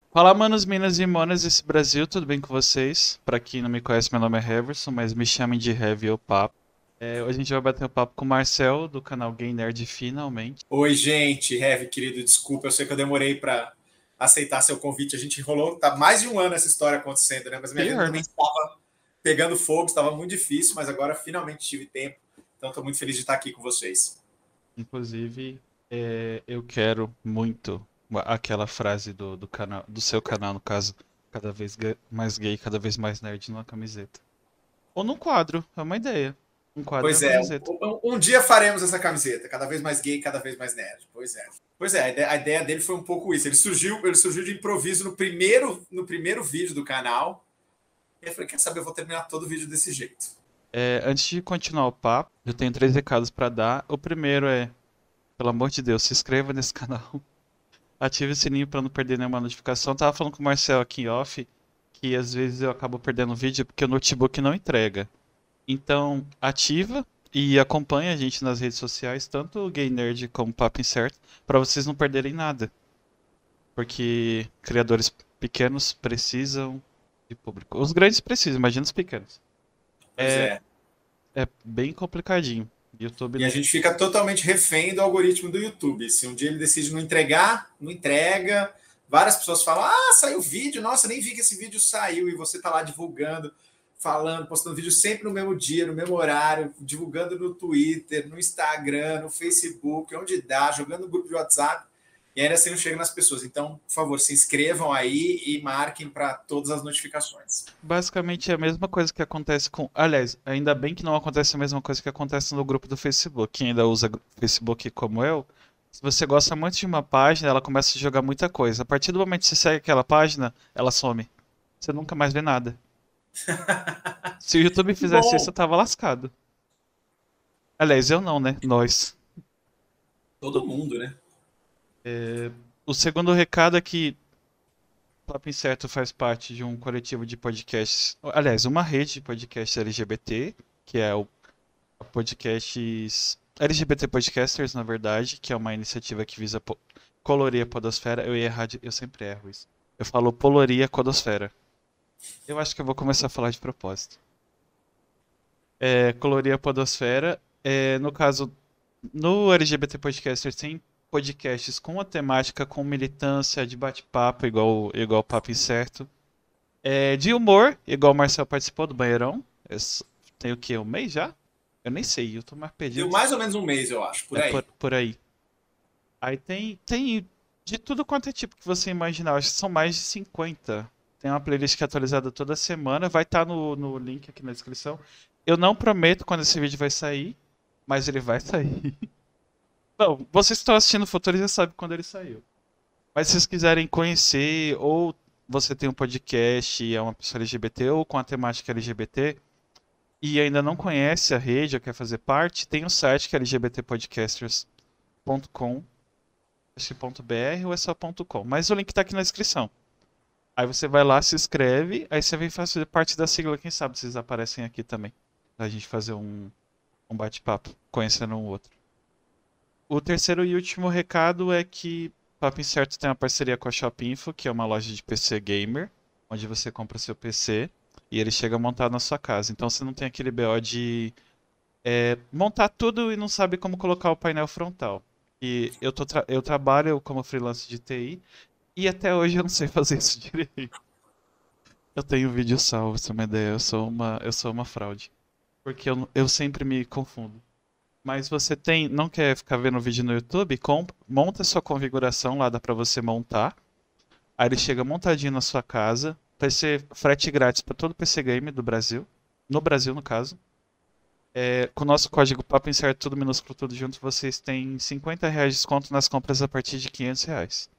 Fala, manos, minas e monas desse Brasil, tudo bem com vocês? Pra quem não me conhece, meu nome é Heverson, mas me chamem de Heavy ou Papo. Hoje a gente vai bater um papo com o Marcel, do canal Gay Nerd, finalmente. Oi, gente, Heavy, querido, desculpa, eu sei que eu demorei para aceitar seu convite. A gente enrolou, tá mais de um ano essa história acontecendo, né? Mas minha agenda Pior, também né? estava pegando fogo, estava muito difícil, mas agora finalmente tive tempo. Então estou muito feliz de estar aqui com vocês. Inclusive, eu quero muito aquela frase do canal, do seu canal, no caso, cada vez mais gay, cada vez mais nerd numa camiseta. Ou num quadro, é uma ideia. Um quadro e Pois uma é, camiseta. um dia faremos essa camiseta, cada vez mais gay, cada vez mais nerd. Pois é. Pois é, a ideia dele foi um pouco isso. Ele surgiu de improviso no primeiro vídeo do canal. E eu falei, quer saber, eu vou terminar todo o vídeo desse jeito. Antes de continuar o papo, eu tenho três recados pra dar. O primeiro é, pelo amor de Deus, se inscreva nesse canal. Ative o sininho para não perder nenhuma notificação. Tava falando com o Marcel aqui em off que às vezes eu acabo perdendo vídeo porque o notebook não entrega. Então, ativa e acompanha a gente nas redes sociais, tanto o Gay Nerd como o Papo Incerto, para vocês não perderem nada. Porque criadores pequenos precisam de público. Os grandes precisam, imagina os pequenos. Pois É, é. é bem complicadinho. YouTube E a não. gente fica totalmente refém do algoritmo do YouTube. Se um dia ele decide não entregar, não entrega. Várias pessoas falam: Ah, saiu o vídeo, nossa, nem vi que esse vídeo saiu. E você está lá divulgando, falando, postando vídeo sempre no mesmo dia, no mesmo horário, divulgando no Twitter, no Instagram, no Facebook, onde dá, jogando no grupo de WhatsApp. E ainda assim não chega nas pessoas. Então, por favor, se inscrevam aí e marquem para todas as notificações. Basicamente é a mesma coisa que acontece com. Aliás, ainda bem que não acontece a mesma coisa que acontece no grupo do Facebook. Quem ainda usa Facebook como eu, se você gosta muito de uma página, ela começa a jogar muita coisa. A partir do momento que você segue aquela página, ela some. Você nunca mais vê nada. Se o YouTube Que fizesse isso, bom! eu tava lascado. Aliás, eu não, né? Nós. O, Todo mundo, né? é, o segundo recado é que Papo Incerto faz parte de um coletivo de podcasts. Aliás, uma rede de podcasts LGBT, que é o podcasts LGBT Podcasters, na verdade, que é uma iniciativa que visa colorir a podosfera. Eu ia errar, eu sempre erro isso. Eu falo polorir a podosfera. Eu acho que eu vou começar a falar de propósito. Colorir a podosfera. No caso, no LGBT Podcasters tem podcasts com a temática, com militância, de bate-papo, igual o Papo Incerto. De humor, igual o Marcel participou do Banheirão. Tem o quê? Um mês já? Eu nem sei, eu tô mais Deu perdido. mais ou menos um mês, eu acho, por É por, aí. por aí. Aí tem de tudo quanto é tipo que você imaginar. Acho que são mais de 50. Tem uma playlist que é atualizada toda semana. Vai estar no link aqui na descrição. Eu não prometo quando esse vídeo vai sair, mas ele vai sair. Bom, vocês que estão assistindo o futuro já sabem quando ele saiu. Mas se vocês quiserem conhecer, ou você tem um podcast e é uma pessoa LGBT, ou com a temática LGBT, e ainda não conhece a rede ou quer fazer parte, tem um site que é lgbtpodcasters.com, acho que ponto .br ou é só ponto .com, mas o link tá aqui na descrição. Aí você vai lá, se inscreve, aí você vem fazer parte da sigla, quem sabe vocês aparecem aqui também. Pra gente fazer um bate-papo, conhecendo um outro. O terceiro e último recado é que Papo Incerto tem uma parceria com a Shopinfo, que é uma loja de PC gamer, onde você compra seu PC e ele chega montado na sua casa. Então você não tem aquele BO de montar tudo e não sabe como colocar o painel frontal. E eu trabalho como freelance de TI e até hoje eu não sei fazer isso direito. Eu tenho vídeo salvo, se é uma ideia. Eu sou uma fraude. Porque eu sempre me confundo. Mas você não quer ficar vendo vídeo no YouTube? Monta sua configuração lá, dá pra você montar. Aí ele chega montadinho na sua casa. PC frete grátis para todo PC Game do Brasil. No Brasil, no caso. Com o nosso código Papo Incerto, tudo minúsculo, tudo junto, vocês têm R$ 50 de desconto nas compras a partir de R$ 500.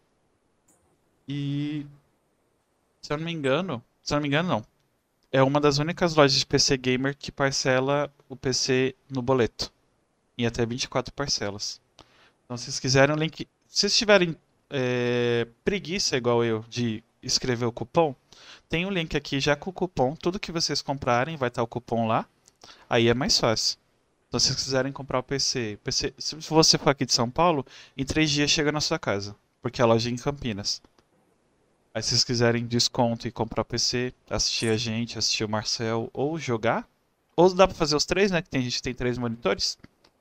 E, se eu não me engano não, é uma das únicas lojas de PC Gamer que parcela o PC no boleto, em até 24 parcelas. Então, se vocês quiserem o link, se vocês tiverem preguiça, igual eu, de escrever o cupom, tem um link aqui já com o cupom, tudo que vocês comprarem vai estar o cupom lá, aí é mais fácil. Então, se vocês quiserem comprar o PC, se você for aqui de São Paulo, em 3 dias chega na sua casa, porque a loja é em Campinas. Aí se vocês quiserem desconto e comprar PC, assistir a gente, assistir o Marcel ou jogar. Ou dá pra fazer os três, né? Que tem gente que tem 3 monitores.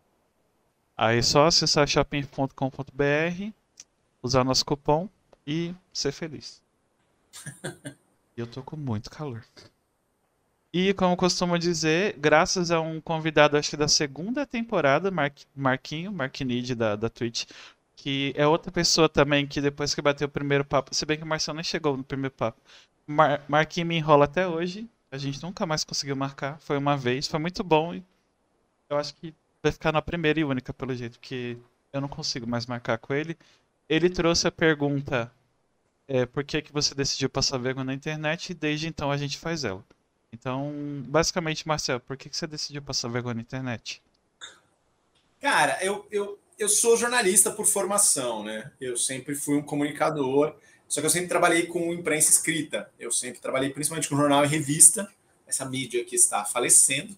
Aí é só acessar shopping.com.br, usar nosso cupom e ser feliz. E eu tô com muito calor. E como costumo dizer, graças a um convidado, acho que da segunda temporada, Marquinhos da Twitch, que é outra pessoa também que depois que bateu o primeiro papo, se bem que o Marcelo nem chegou no primeiro papo, Marquinhos me enrola até hoje, a gente nunca mais conseguiu marcar, foi uma vez, foi muito bom e eu acho que vai ficar na primeira e única pelo jeito, que eu não consigo mais marcar com ele. Ele trouxe a pergunta, por que que você decidiu passar vergonha na internet e desde então a gente faz ela. Então, basicamente, Marcelo, por que que você decidiu passar vergonha na internet? Cara, eu sou jornalista por formação, né? Eu sempre fui um comunicador, só que eu sempre trabalhei com imprensa escrita. Eu sempre trabalhei principalmente com jornal e revista, essa mídia que está falecendo.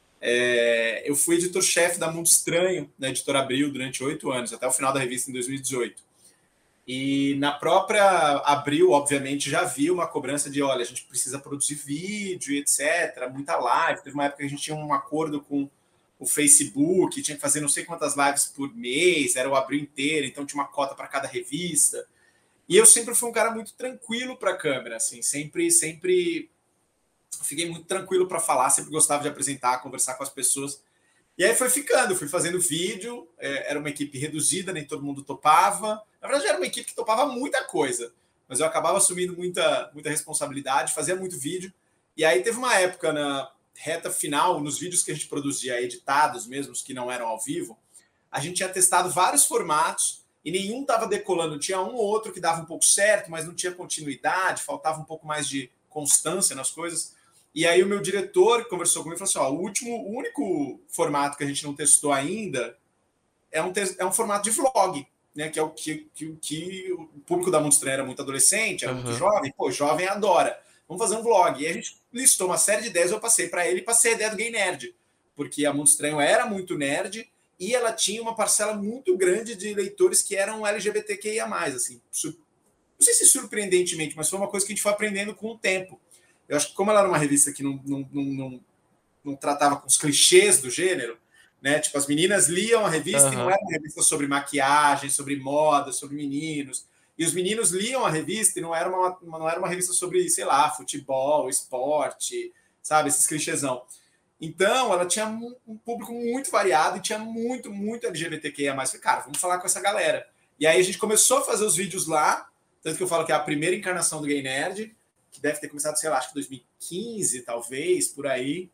Eu fui editor-chefe da Mundo Estranho, na Editora Abril, durante 8 anos, até o final da revista em 2018. E na própria Abril, obviamente, já havia uma cobrança de, olha, a gente precisa produzir vídeo, etc., muita live. Teve uma época que a gente tinha um acordo com o Facebook, tinha que fazer não sei quantas lives por mês, era o Abril inteiro, então tinha uma cota para cada revista. E eu sempre fui um cara muito tranquilo para a câmera, assim, sempre fiquei muito tranquilo para falar, sempre gostava de apresentar, conversar com as pessoas. E aí foi ficando, fui fazendo vídeo, era uma equipe reduzida, nem todo mundo topava. Na verdade, era uma equipe que topava muita coisa, mas eu acabava assumindo muita responsabilidade, fazia muito vídeo. E aí teve uma época na reta final, nos vídeos que a gente produzia, editados mesmo, que não eram ao vivo, a gente tinha testado vários formatos e nenhum estava decolando. Tinha um ou outro que dava um pouco certo, mas não tinha continuidade, faltava um pouco mais de constância nas coisas. E aí o meu diretor conversou comigo e falou assim, o único formato que a gente não testou ainda é um formato de vlog, né? Que é o que o público da Mundo Estranho era muito adolescente, era muito jovem, pô, jovem adora. Vamos fazer um vlog. E a gente listou uma série de ideias, eu passei para ele e passei a ideia do Gay Nerd, porque a Mundo Estranho era muito nerd e ela tinha uma parcela muito grande de leitores que eram LGBTQIA+, assim. Não sei se surpreendentemente, mas foi uma coisa que a gente foi aprendendo com o tempo. Eu acho que como ela era uma revista que não tratava com os clichês do gênero, né? Tipo, as meninas liam a revista e não era uma revista sobre maquiagem, sobre moda, sobre meninos. E os meninos liam a revista e não era uma revista sobre, sei lá, futebol, esporte, sabe? Esses clichêsão. Então, ela tinha um público muito variado e tinha muito LGBTQIA+. Falei, cara, vamos falar com essa galera. E aí a gente começou a fazer os vídeos lá, tanto que eu falo que é a primeira encarnação do Gay Nerd, que deve ter começado, sei lá, acho que 2015, talvez, por aí.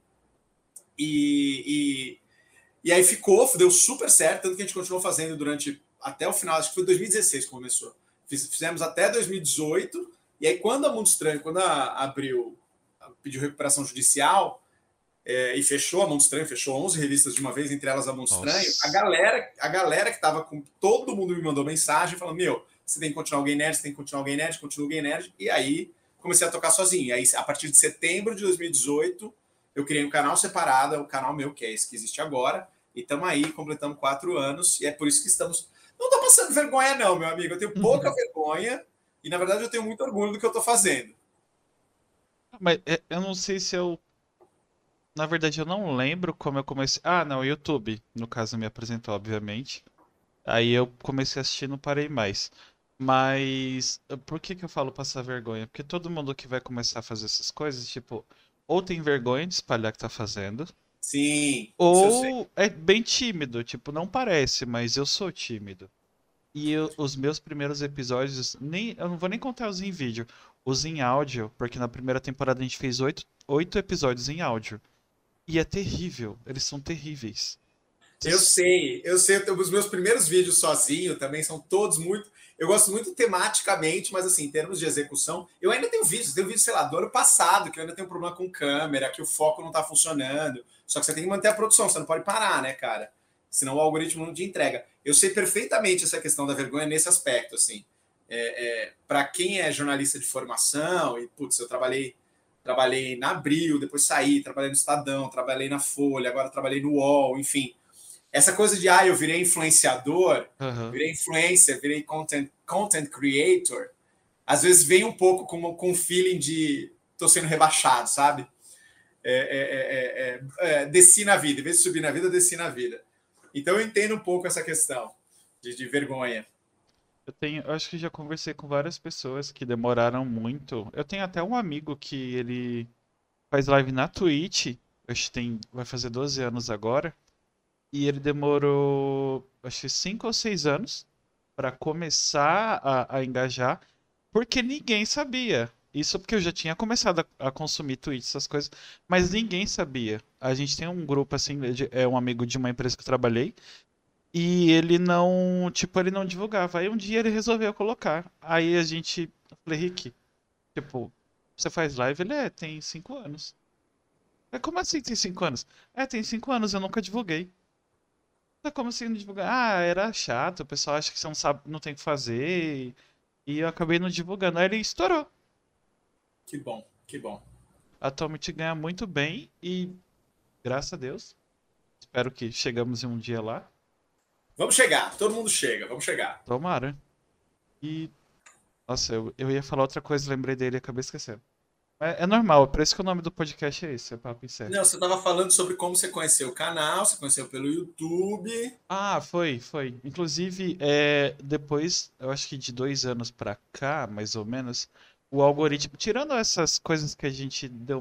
E aí deu super certo, tanto que a gente continuou fazendo até o final, acho que foi 2016 que começou. Fizemos até 2018, e aí quando a Mundo Estranho, quando Abril pediu recuperação judicial, e fechou a Mundo Estranho, fechou 11 revistas de uma vez, entre elas a Mundo Estranho, a galera que estava com... Todo mundo me mandou mensagem falando, você tem que continuar o Gay Nerd, você tem que continuar o Gay Nerd, continua o Gay Nerd, e aí comecei a tocar sozinho. E aí, a partir de setembro de 2018, eu criei um canal separado, é o canal meu, que é esse que existe agora, e estamos aí, completando 4 anos, e é por isso que estamos... Não estou passando vergonha não, meu amigo, eu tenho pouca vergonha, e na verdade eu tenho muito orgulho do que eu estou fazendo. Mas eu não sei se eu. Na verdade, eu não lembro como eu comecei. Ah, não, o YouTube, no caso, me apresentou, obviamente. Aí eu comecei a assistir e não parei mais. Mas por que que eu falo passar vergonha? Porque todo mundo que vai começar a fazer essas coisas, tipo, ou tem vergonha de espalhar que tá fazendo, Sim, isso eu sei. ou é bem tímido, tipo, não parece, mas eu sou tímido. E os meus primeiros episódios, eu não vou nem contar os em vídeo, os em áudio, porque na primeira temporada a gente fez oito episódios em áudio. E é terrível, eles são terríveis. Eu sei, os meus primeiros vídeos sozinho também são todos muito. Eu gosto muito tematicamente, mas assim, em termos de execução, eu ainda tenho vídeo, sei lá, do ano passado, que eu ainda tenho problema com câmera, que o foco não tá funcionando. Só que você tem que manter a produção, você não pode parar, né, cara? Senão o algoritmo não te entrega. Eu sei perfeitamente essa questão da vergonha nesse aspecto, assim. Para quem é jornalista de formação, e putz, eu trabalhei na Abril, depois saí, trabalhei no Estadão, trabalhei na Folha, agora trabalhei no UOL, enfim. Essa coisa de, eu virei influenciador, Aham. virei influencer, virei content creator, às vezes vem um pouco com um feeling de tô sendo rebaixado, sabe? Desci na vida, em vez de subir na vida, desci na vida. Então eu entendo um pouco essa questão de vergonha. Eu acho que já conversei com várias pessoas que demoraram muito. Eu tenho até um amigo que ele faz live na Twitch, acho que vai fazer 12 anos agora, e ele demorou, acho que 5 ou 6 anos para começar a engajar, porque ninguém sabia. Isso porque eu já tinha começado a consumir Twitch, essas coisas, mas ninguém sabia. A gente tem um grupo assim, é um amigo de uma empresa que eu trabalhei, e ele não, tipo, ele não divulgava. Aí um dia ele resolveu colocar. Aí a gente, eu falei, Rick, tipo, você faz live? Ele tem 5 anos. Como assim tem 5 anos? Tem 5 anos, eu nunca divulguei. Como assim não divulgar? Ah, era chato, o pessoal acha que você não sabe, não tem o que fazer. E eu acabei não divulgando. Aí ele estourou. Que bom, que bom. Atualmente ganha muito bem e, graças a Deus, espero que chegamos em um dia lá. Vamos chegar, todo mundo chega, vamos chegar. Tomara. E, nossa, eu ia falar outra coisa, lembrei dele e acabei esquecendo. É normal, é por isso que o nome do podcast é esse, é Papo em Série. Não, você estava falando sobre como você conheceu o canal, você conheceu pelo YouTube. Ah, foi. Inclusive, depois, eu acho que de 2 anos pra cá, mais ou menos, o algoritmo, tirando essas coisas que a gente deu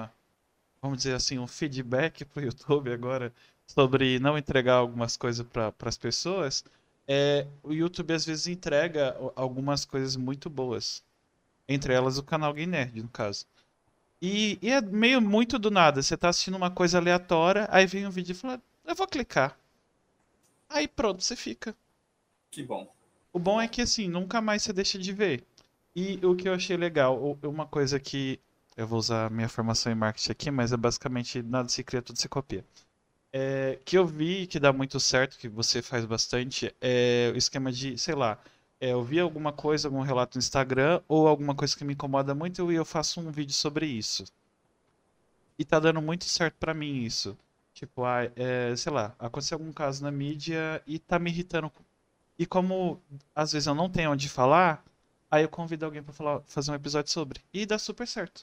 vamos dizer assim, um feedback pro YouTube agora sobre não entregar algumas coisas para as pessoas, o YouTube às vezes entrega algumas coisas muito boas. Entre elas o canal Gay Nerd, no caso. E é meio muito do nada. Você tá assistindo uma coisa aleatória, aí vem um vídeo e fala, eu vou clicar. Aí pronto, você fica. Que bom, O que bom é bom. que assim, nunca mais você deixa de ver. E o que eu achei legal, uma coisa que eu vou usar minha formação em marketing aqui, mas é basicamente nada se cria, tudo se copia. Que eu vi que dá muito certo, que você faz bastante, é o esquema de, sei lá, eu vi alguma coisa, algum relato no Instagram, ou alguma coisa que me incomoda muito e eu faço um vídeo sobre isso. E tá dando muito certo pra mim isso. Tipo, sei lá, aconteceu algum caso na mídia e tá me irritando. E como às vezes eu não tenho onde falar, aí eu convido alguém pra falar, fazer um episódio sobre. E dá super certo.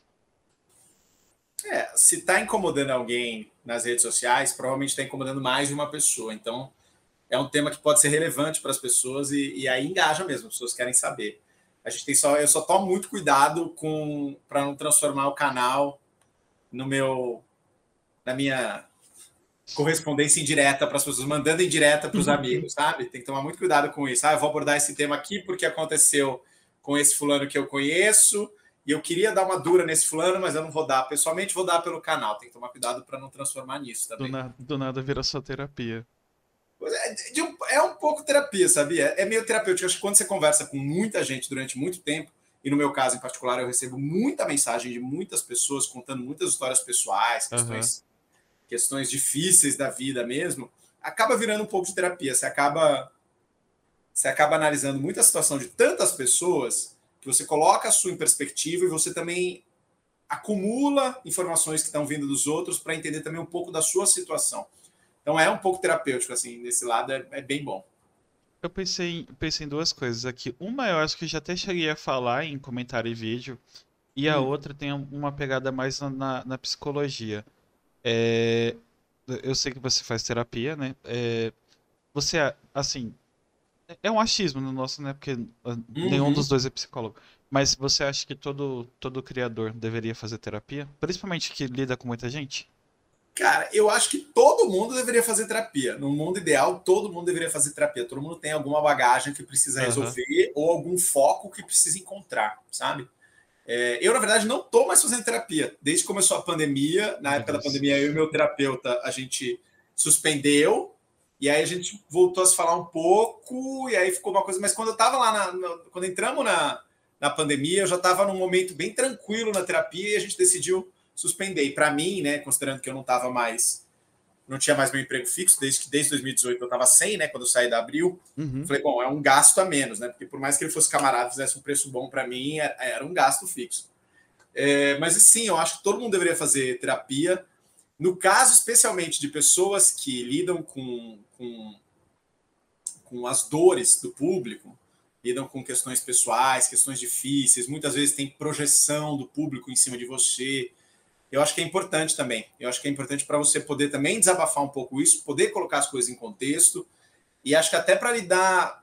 Se está incomodando alguém nas redes sociais, provavelmente está incomodando mais de uma pessoa. Então, é um tema que pode ser relevante para as pessoas e aí engaja mesmo, as pessoas querem saber. Eu só tomo muito cuidado com para não transformar o canal no meu na minha correspondência indireta para as pessoas, mandando indireta para os amigos, sabe? Tem que tomar muito cuidado com isso. Eu vou abordar esse tema aqui porque aconteceu com esse fulano que eu conheço e eu queria dar uma dura nesse fulano, mas eu não vou dar pessoalmente, vou dar pelo canal. Tem que tomar cuidado para não transformar nisso também. Do nada vira sua terapia. É um pouco terapia, sabia? É meio terapêutico. Acho que quando você conversa com muita gente durante muito tempo, e no meu caso em particular, eu recebo muita mensagem de muitas pessoas contando muitas histórias pessoais, Aham. questões difíceis da vida mesmo, acaba virando um pouco de terapia. Você acaba analisando muita situação de tantas pessoas que você coloca a sua em perspectiva e você também acumula informações que estão vindo dos outros para entender também um pouco da sua situação. Então é um pouco terapêutico, assim, nesse lado é bem bom. Eu pensei em duas coisas aqui. Uma eu acho que já até cheguei a falar em comentário e vídeo, e a Hum. outra tem uma pegada mais na psicologia. É, eu sei que você faz terapia, né? Você, assim, é um achismo no nosso, né? Porque nenhum dos Uhum. dois é psicólogo. Mas você acha que todo criador deveria fazer terapia? Principalmente que lida com muita gente? Cara, eu acho que todo mundo deveria fazer terapia. No mundo ideal, todo mundo deveria fazer terapia. Todo mundo tem alguma bagagem que precisa Aham. resolver ou algum foco que precisa encontrar, sabe? Eu, na verdade, não estou mais fazendo terapia. Desde que começou a pandemia, na Meu época da Deus. pandemia, eu e meu terapeuta, a gente suspendeu, e aí a gente voltou a se falar um pouco, e aí ficou uma coisa. Mas quando eu estava lá, quando entramos na pandemia, eu já estava num momento bem tranquilo na terapia e a gente decidiu suspender. E para mim, né, considerando que eu não tinha mais meu emprego fixo, desde 2018 eu estava sem, né, quando eu saí da Abril, Uhum. falei, bom, é um gasto a menos, né? Porque por mais que ele fosse camarada, fizesse um preço bom para mim, era um gasto fixo. Mas sim, eu acho que todo mundo deveria fazer terapia. No caso, especialmente de pessoas que lidam com as dores do público, lidam com questões pessoais, questões difíceis, muitas vezes tem projeção do público em cima de você. Eu acho que é importante também. Eu acho que é importante para você poder também desabafar um pouco isso, poder colocar as coisas em contexto. E acho que até para lidar.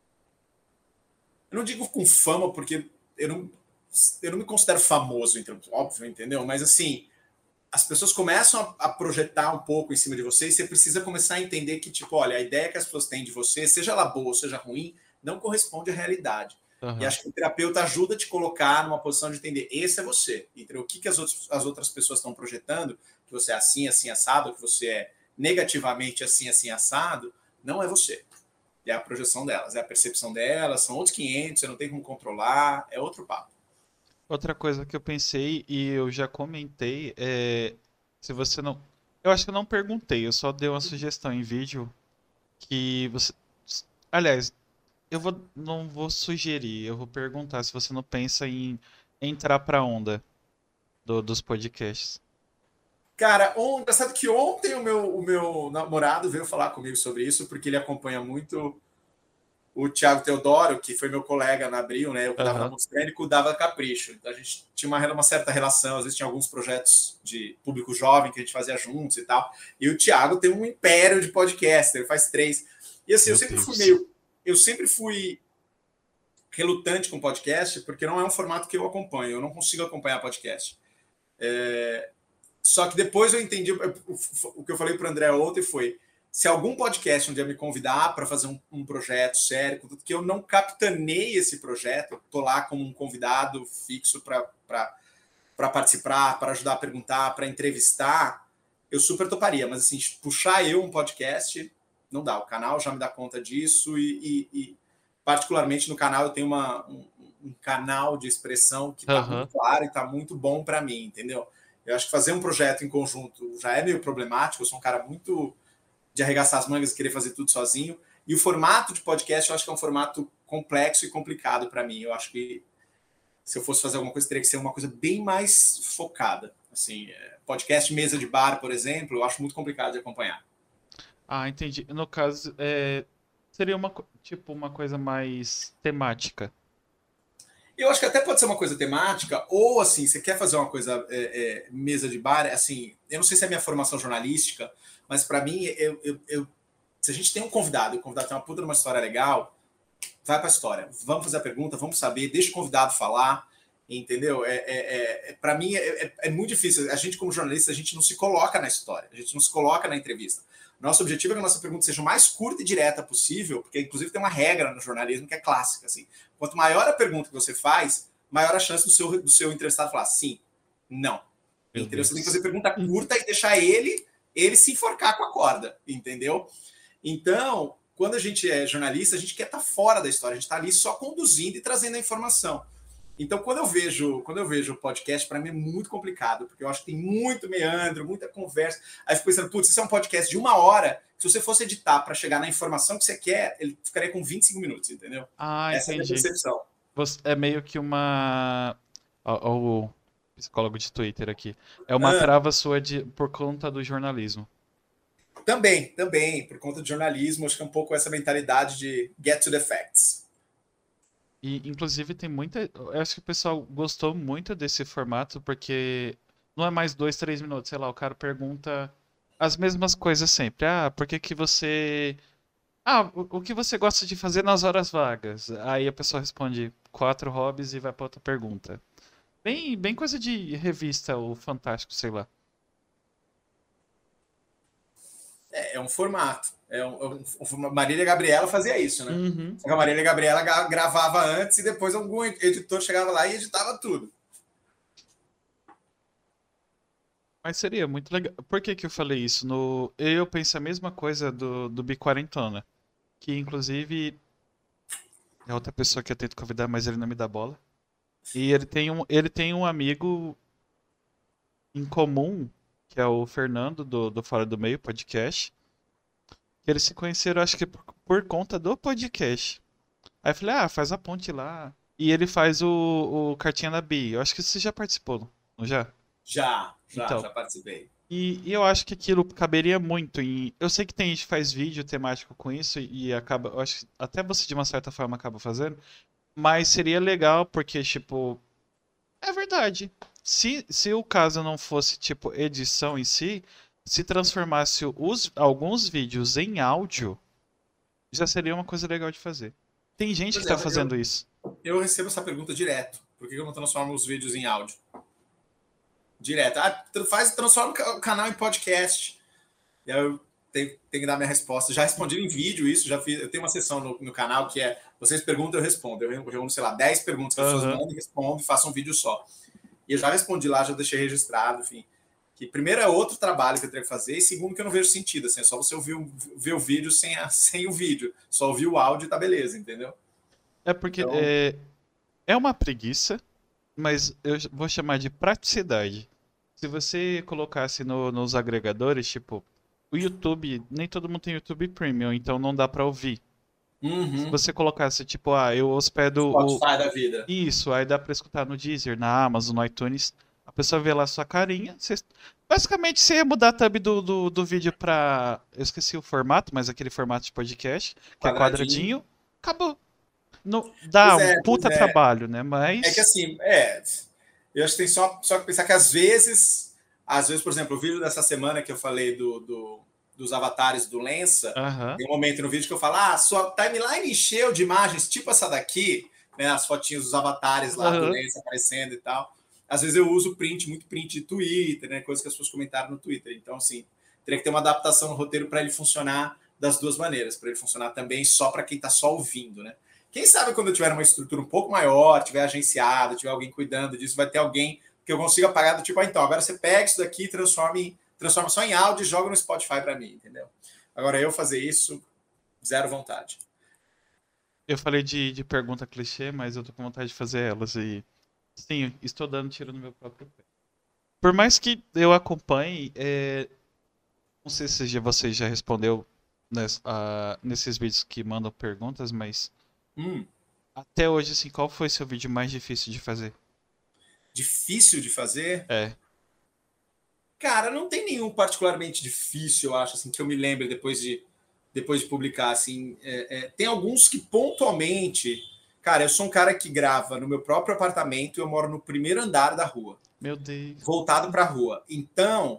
Eu não digo com fama, porque eu não me considero famoso, então, óbvio, entendeu? Mas assim, as pessoas começam a projetar um pouco em cima de você e você precisa começar a entender que, tipo, olha, a ideia que as pessoas têm de você, seja ela boa ou seja ruim, não corresponde à realidade. E Aham. acho que o terapeuta ajuda a te colocar numa posição de entender, esse é você. Então, o que as outras pessoas estão projetando, que você é assim, assim, assado, que você é negativamente assim, assim, assado, não é você. É a projeção delas, é a percepção delas, são outros 500, você não tem como controlar, é outro papo. Outra coisa que eu pensei e eu já comentei é se você não. Eu acho que eu não perguntei, eu só dei uma sugestão em vídeo que você. Aliás, não vou sugerir, eu vou perguntar se você não pensa em entrar pra onda dos podcasts. Cara, engraçado que ontem o meu namorado veio falar comigo sobre isso, porque ele acompanha muito o Thiago Teodoro, que foi meu colega na Abril, né? Eu cuidava na Aham. Multiplayer, ele cuidava da Capricho. Então a gente tinha uma certa relação, às vezes tinha alguns projetos de público jovem que a gente fazia juntos e tal. E o Thiago tem um império de podcaster, ele faz 3. E assim, Meu Deus. eu sempre fui relutante com podcast, porque não é um formato que eu acompanho, eu não consigo acompanhar podcast. Só que depois eu entendi, o que eu falei para o André ontem foi, se algum podcast um dia me convidar para fazer um projeto sério, que eu não capitaneie esse projeto, estou lá como um convidado fixo para participar, para ajudar a perguntar, para entrevistar, eu super toparia. Mas assim, puxar eu um podcast, não dá. O canal já me dá conta disso e particularmente no canal eu tenho um canal de expressão que está muito Aham. claro e está muito bom para mim, entendeu? Eu acho que fazer um projeto em conjunto já é meio problemático. Eu sou um cara muito de arregaçar as mangas e querer fazer tudo sozinho. E o formato de podcast eu acho que é um formato complexo e complicado para mim. Eu acho que se eu fosse fazer alguma coisa, teria que ser uma coisa bem mais focada. Assim, podcast mesa de bar, por exemplo, eu acho muito complicado de acompanhar. Ah, entendi. No caso, seria tipo uma coisa mais temática. Eu acho que até pode ser uma coisa temática, ou assim, você quer fazer uma coisa mesa de bar, assim, eu não sei se é a minha formação jornalística, mas para mim, se a gente tem um convidado e o convidado tem uma puta de uma história legal, vai para a história. Vamos fazer a pergunta, vamos saber, deixa o convidado falar, entendeu? Para mim é muito difícil. A gente, como jornalista, a gente não se coloca na história, a gente não se coloca na entrevista. Nosso objetivo é que a nossa pergunta seja o mais curta e direta possível, porque inclusive tem uma regra no jornalismo que é clássica. Assim. Quanto maior a pergunta que você faz, maior a chance do seu entrevistado falar sim, não. Meu Entendeu? Você tem que fazer Deus. pergunta curta e deixar ele se enforcar com a corda, entendeu? Então, quando a gente é jornalista, a gente quer estar fora da história, a gente está ali só conduzindo e trazendo a informação. Então, quando eu vejo o podcast, para mim é muito complicado, porque eu acho que tem muito meandro, muita conversa. Aí eu fico pensando, putz, isso é um podcast de 1 hora, se você fosse editar para chegar na informação que você quer, ele ficaria com 25 minutos, entendeu? Ah, Essa é a minha entendi. percepção. É meio que uma. Ó, o psicólogo de Twitter aqui. É uma Ah, trava sua por conta do jornalismo. também, por conta de jornalismo, acho que é um pouco essa mentalidade de get to the facts. E, inclusive, tem muita. Eu acho que o pessoal gostou muito desse formato, porque não é mais 2, 3 minutos. Sei lá, o cara pergunta as mesmas coisas sempre. Ah, por que que você. Ah, o que você gosta de fazer nas horas vagas? Aí a pessoa responde 4 hobbies e vai pra outra pergunta. Bem coisa de revista, o Fantástico, sei lá. É um formato. Marília Gabriela fazia isso, né? Uhum. Só que a Marília Gabriela gravava antes e depois algum editor chegava lá e editava tudo. Mas seria muito legal. Por que que eu falei isso? Eu pensei a mesma coisa do Biquarentona. Que inclusive é outra pessoa que eu tento convidar, mas ele não me dá bola. E ele tem um amigo em comum, que é o Fernando do Fora do Meio podcast. Que eles se conheceram, acho que por conta do podcast. Aí eu falei, ah, faz a ponte lá. E ele faz o Cartinha da Bi. Eu acho que você já participou, não já? Já Então, participei. E eu acho que aquilo caberia muito em. Eu sei que tem gente que faz vídeo temático com isso e acaba. Eu acho que até você, de uma certa forma, acaba fazendo. Mas seria legal porque, tipo. É verdade. Se o caso não fosse, tipo, edição em si, se transformasse alguns vídeos em áudio, já seria uma coisa legal de fazer. Tem gente Por que tá exemplo, fazendo isso. eu recebo essa pergunta direto. Por que eu não transformo os vídeos em áudio? Direto. Ah, transforma o canal em podcast. E aí eu tenho que dar minha resposta. Já respondi em vídeo isso, já fiz. Eu tenho uma sessão no canal que é vocês perguntam, eu respondo. Eu reúno, sei lá, 10 perguntas que as pessoas Aham. mandam e respondo e faço um vídeo só. E eu já respondi lá, já deixei registrado, enfim. Que primeiro é outro trabalho que eu tenho que fazer, e segundo que eu não vejo sentido. Assim, é só você ver o vídeo sem o vídeo. Só ouvir o áudio e tá beleza, entendeu? É porque Então, é uma preguiça, mas eu vou chamar de praticidade. Se você colocasse nos agregadores, tipo, o YouTube, nem todo mundo tem YouTube Premium, então não dá pra ouvir. Se uhum. você colocasse, tipo, eu hospedo Spotify da vida. isso, aí dá pra escutar no Deezer, na Amazon, no iTunes. A pessoa vê lá sua carinha. Basicamente, você ia mudar a thumb do vídeo pra. Eu esqueci o formato, mas aquele formato de podcast, que é Quadradinho. quadradinho. Acabou. Não, dá Pois um é, pois puta é. trabalho, né? É que Mas. assim, eu acho que tem só que pensar que às vezes, por exemplo, o vídeo dessa semana que eu falei dos avatares do Lença, Aham. tem um momento no vídeo que eu falo, sua timeline encheu de imagens tipo essa daqui, né, as fotinhas dos avatares lá do Aham. Lença aparecendo e tal. Às vezes eu uso muito print de Twitter, né, coisas que as pessoas comentaram no Twitter. Então, assim, teria que ter uma adaptação no roteiro para ele funcionar das duas maneiras, para ele funcionar também só para quem está só ouvindo, né? Quem sabe quando eu tiver uma estrutura um pouco maior, tiver agenciado, tiver alguém cuidando disso, vai ter alguém que eu consiga pagar do tipo, então, agora você pega isso daqui, transforma só em áudio e joga no Spotify para mim, entendeu? Agora eu fazer isso, zero vontade. Eu falei de pergunta clichê, mas eu tô com vontade de fazer elas. E. Sim, estou dando tiro no meu próprio pé. Por mais que eu acompanhe, não sei se você já respondeu nesses vídeos que mandam perguntas, mas Hum, até hoje, assim, qual foi seu vídeo mais difícil de fazer? difícil de fazer? É. Cara, não tem nenhum particularmente difícil, eu acho, assim, que eu me lembre depois de publicar, assim. Tem alguns que pontualmente. Cara, eu sou um cara que grava no meu próprio apartamento e eu moro no primeiro andar da rua, Meu Deus. voltado para a rua. Então,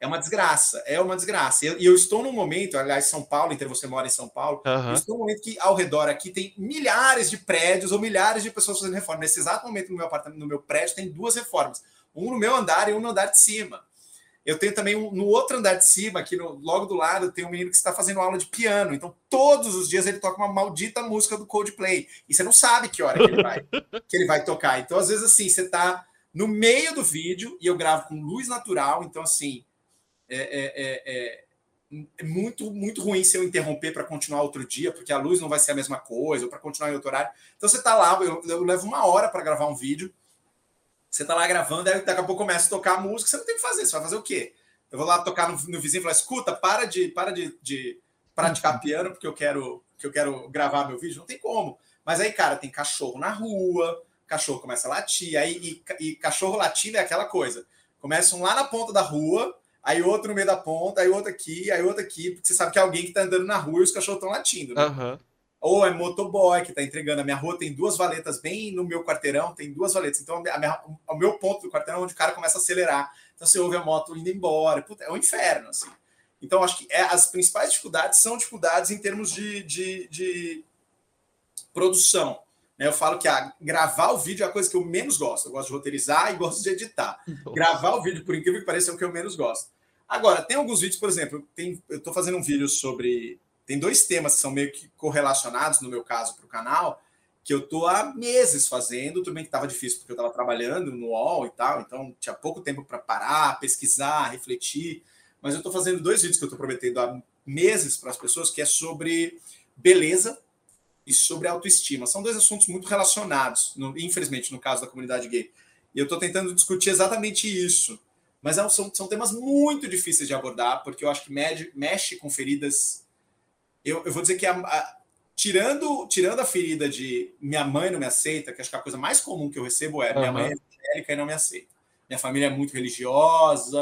é uma desgraça. E eu estou num momento, aliás, São Paulo, então você mora em São Paulo, eu Aham. estou num momento que ao redor aqui tem milhares de prédios ou milhares de pessoas fazendo reforma. Nesse exato momento, no meu apartamento, no meu prédio, tem duas reformas. Um no meu andar e um no andar de cima. Eu tenho também no outro andar de cima, aqui logo do lado, tem um menino que está fazendo aula de piano. Então, todos os dias ele toca uma maldita música do Coldplay. E você não sabe que hora que ele vai tocar. Então, às vezes, assim, você está no meio do vídeo e eu gravo com luz natural. Então, assim, é muito, muito ruim se eu interromper para continuar outro dia, porque a luz não vai ser a mesma coisa, ou para continuar em outro horário. Então, você está lá, eu levo uma hora para gravar um vídeo. Você tá lá gravando, aí daqui a pouco começa a tocar a música, você não tem o que fazer, você vai fazer o quê? Eu vou lá tocar no vizinho e falar, escuta, para de praticar piano, porque eu quero gravar meu vídeo. Não tem como. Mas aí, cara, tem cachorro na rua, cachorro começa a latir, e cachorro latindo é aquela coisa. Começa um lá na ponta da rua, aí outro no meio da ponta, aí outro aqui, porque você sabe que é alguém que tá andando na rua e os cachorros estão latindo, né? Aham. Ou é motoboy que está entregando. A minha rua tem duas valetas bem no meu quarteirão, tem duas valetas. Então, o meu ponto do quarteirão é onde o cara começa a acelerar. Então, você ouve a moto indo embora. Puta, é um inferno, assim. Então, acho que as principais dificuldades são dificuldades em termos de produção. Né? Eu falo que gravar o vídeo é a coisa que eu menos gosto. Eu gosto de roteirizar e gosto de editar. Nossa. Gravar o vídeo, por incrível que pareça, é o que eu menos gosto. Agora, tem alguns vídeos, por exemplo, eu estou fazendo um vídeo sobre. Tem dois temas que são meio que correlacionados, no meu caso, para o canal, que eu estou há meses fazendo. Tudo bem que estava difícil, porque eu estava trabalhando no UOL e tal, então tinha pouco tempo para parar, pesquisar, refletir. Mas eu estou fazendo dois vídeos que eu estou prometendo há meses para as pessoas, que é sobre beleza e sobre autoestima. São dois assuntos muito relacionados, infelizmente, no caso da comunidade gay. E eu estou tentando discutir exatamente isso. Mas são temas muito difíceis de abordar, porque eu acho que mexe com feridas. Eu vou dizer que tirando a ferida de minha mãe não me aceita, que acho que a coisa mais comum que eu recebo é minha mãe é Aham. evangélica e não me aceita. Minha família é muito religiosa,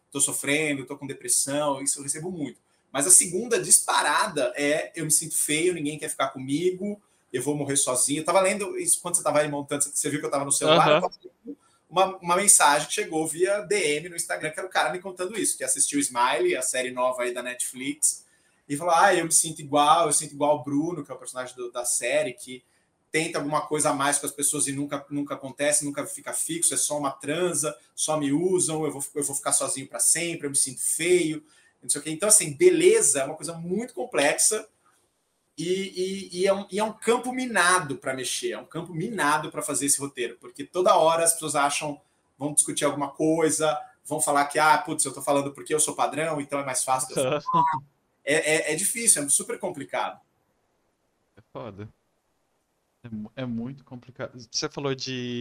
tô sofrendo, tô com depressão, isso eu recebo muito. Mas a segunda disparada é eu me sinto feio, ninguém quer ficar comigo, eu vou morrer sozinho. Eu tava lendo isso quando você tava aí montando, você viu que eu tava no celular, eu Aham. passei uma mensagem que chegou via DM no Instagram, que era o cara me contando isso, que assistiu Smiley, a série nova aí da Netflix, e falou, eu me sinto igual, eu sinto igual o Bruno, que é o personagem da série, que tenta alguma coisa a mais com as pessoas e nunca acontece, nunca fica fixo, é só uma transa, só me usam, eu vou ficar sozinho para sempre, eu me sinto feio, não sei o quê. Então, assim, beleza é uma coisa muito complexa e é um campo minado para mexer, é um campo minado para fazer esse roteiro, porque toda hora as pessoas acham, vão discutir alguma coisa, vão falar que, putz, eu tô falando porque eu sou padrão, então é mais fácil de eu falar. É difícil, é super complicado. É foda. É muito complicado. Você falou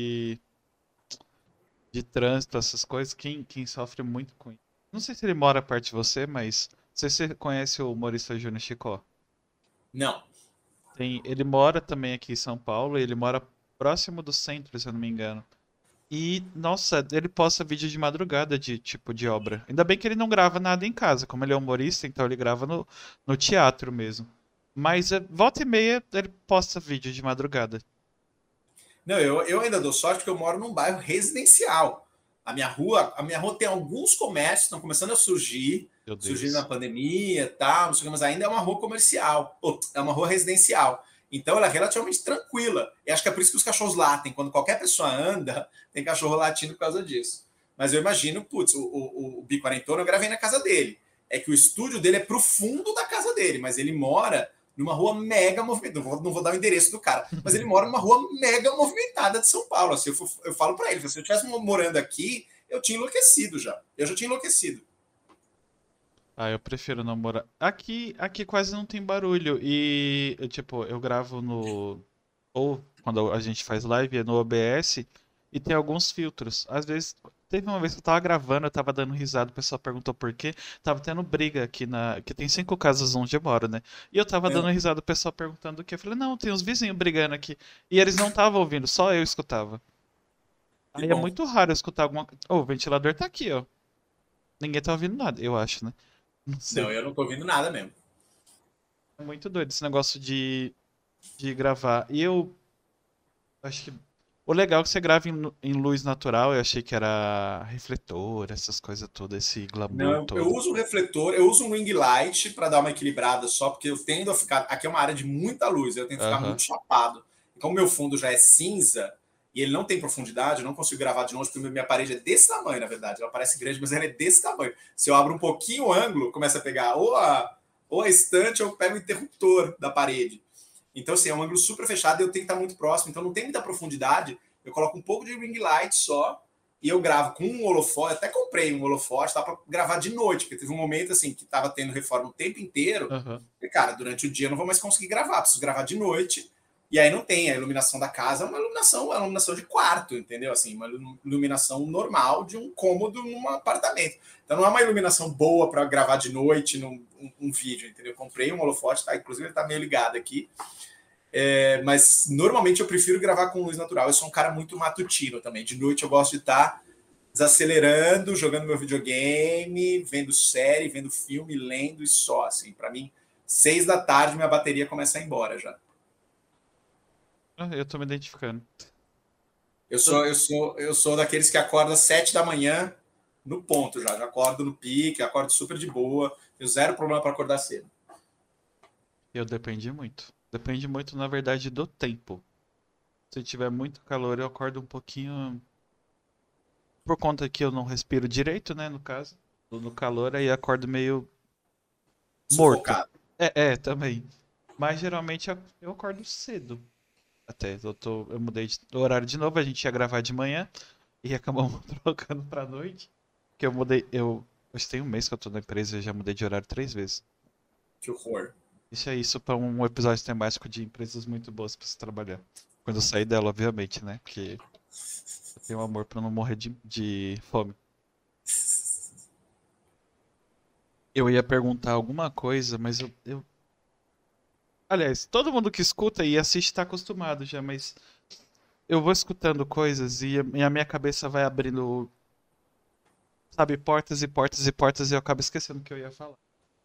de trânsito, essas coisas. Quem sofre muito com isso? Não sei se ele mora perto de você, mas não sei se você conhece o humorista Júnior Chicó. Não. Ele mora também aqui em São Paulo, e ele mora próximo do centro, se eu não me engano. E, nossa, ele posta vídeo de madrugada de tipo de obra. Ainda bem que ele não grava nada em casa, como ele é humorista, então ele grava no teatro mesmo. Mas volta e meia ele posta vídeo de madrugada. Não, eu ainda dou sorte porque eu moro num bairro residencial. A minha rua tem alguns comércios, estão começando a surgir, Meu surgindo na Deus. pandemia, tal, não sei o que, mas ainda é uma rua comercial, é uma rua residencial. Então ela é relativamente tranquila. E acho que é por isso que os cachorros latem. Quando qualquer pessoa anda, tem cachorro latindo por causa disso. Mas eu imagino, putz, o Biquarentona eu gravei na casa dele. É que o estúdio dele é pro fundo da casa dele, mas ele mora numa rua mega movimentada. Não vou dar o endereço do cara, mas ele mora numa rua mega movimentada de São Paulo. Assim, eu falo para ele, se eu estivesse morando aqui, eu tinha enlouquecido já. Eu já tinha enlouquecido. Ah, eu prefiro não morar. Aqui quase não tem barulho. E, tipo, eu gravo no. Ou quando a gente faz live é no OBS e tem alguns filtros. Às vezes, teve uma vez que eu tava gravando, eu tava dando risada, o pessoal perguntou por quê. Tava tendo briga aqui na. Que tem 5 casas onde eu moro, né? E eu tava dando risada, o pessoal perguntando o quê. Eu falei, não, tem uns vizinhos brigando aqui. E eles não estavam ouvindo, só eu escutava. Que Aí é bom. muito raro eu escutar alguma. Oh, o ventilador tá aqui, ó. Ninguém tá ouvindo nada, eu acho, né? Não Não, sei. eu não tô ouvindo nada mesmo. É muito doido esse negócio de gravar. E eu acho que o legal é que você grava em luz natural. Eu achei que era refletor, essas coisas todas, esse Não, glamour eu todo. uso um refletor, eu uso um ring light para dar uma equilibrada só, porque eu tendo a ficar. Aqui é uma área de muita luz, eu tenho que ficar Aham. muito chapado. E como meu fundo já é cinza e ele não tem profundidade, eu não consigo gravar de longe, porque minha parede é desse tamanho, na verdade. Ela parece grande, mas ela é desse tamanho. Se eu abro um pouquinho o ângulo, começa a pegar ou a estante ou eu pego o interruptor da parede. Então, assim, é um ângulo super fechado e eu tenho que estar muito próximo, então não tem muita profundidade. Eu coloco um pouco de ring light só e eu gravo com um holofote. Até comprei um holofote para gravar de noite, porque teve um momento assim que estava tendo reforma o tempo inteiro. Aham. E, cara, durante o dia eu não vou mais conseguir gravar, preciso gravar de noite. E aí não tem a iluminação da casa, é uma iluminação de quarto, entendeu? Assim, uma iluminação normal de um cômodo num apartamento. Então não é uma iluminação boa para gravar de noite um vídeo, entendeu? Eu comprei um holofote, tá? Inclusive ele tá meio ligado aqui. Mas normalmente eu prefiro gravar com luz natural. Eu sou um cara muito matutino também. De noite eu gosto de estar desacelerando, jogando meu videogame, vendo série, vendo filme, lendo e só. Assim, para mim, 6 da tarde minha bateria começa a ir embora já. Ah, eu tô me identificando. Eu Eu, sou, eu sou, eu sou daqueles que acordam às 7 da manhã no ponto já. Já acordo no pique, acordo super de boa. Tenho zero problema para acordar cedo. eu dependi muito. Depende muito, na verdade, do tempo. Se tiver muito calor, eu acordo um pouquinho. Por conta que eu não respiro direito, né? No caso. No calor, aí acordo meio morto. Sufocado. Também. Mas geralmente eu acordo cedo. Até. Eu mudei de horário de novo, a gente ia gravar de manhã e acabamos trocando pra noite. Que eu mudei. Hoje tem um mês que eu tô na empresa e eu já mudei de horário 3 vezes. Que horror. Isso é isso pra um episódio temático de empresas muito boas pra se trabalhar. Quando eu sair dela, obviamente, né? Porque eu tenho amor pra não morrer de fome. Eu ia perguntar alguma coisa, mas Aliás, todo mundo que escuta e assiste tá acostumado já, mas eu vou escutando coisas e a minha cabeça vai abrindo sabe, portas e portas e portas e eu acabo esquecendo o que eu ia falar.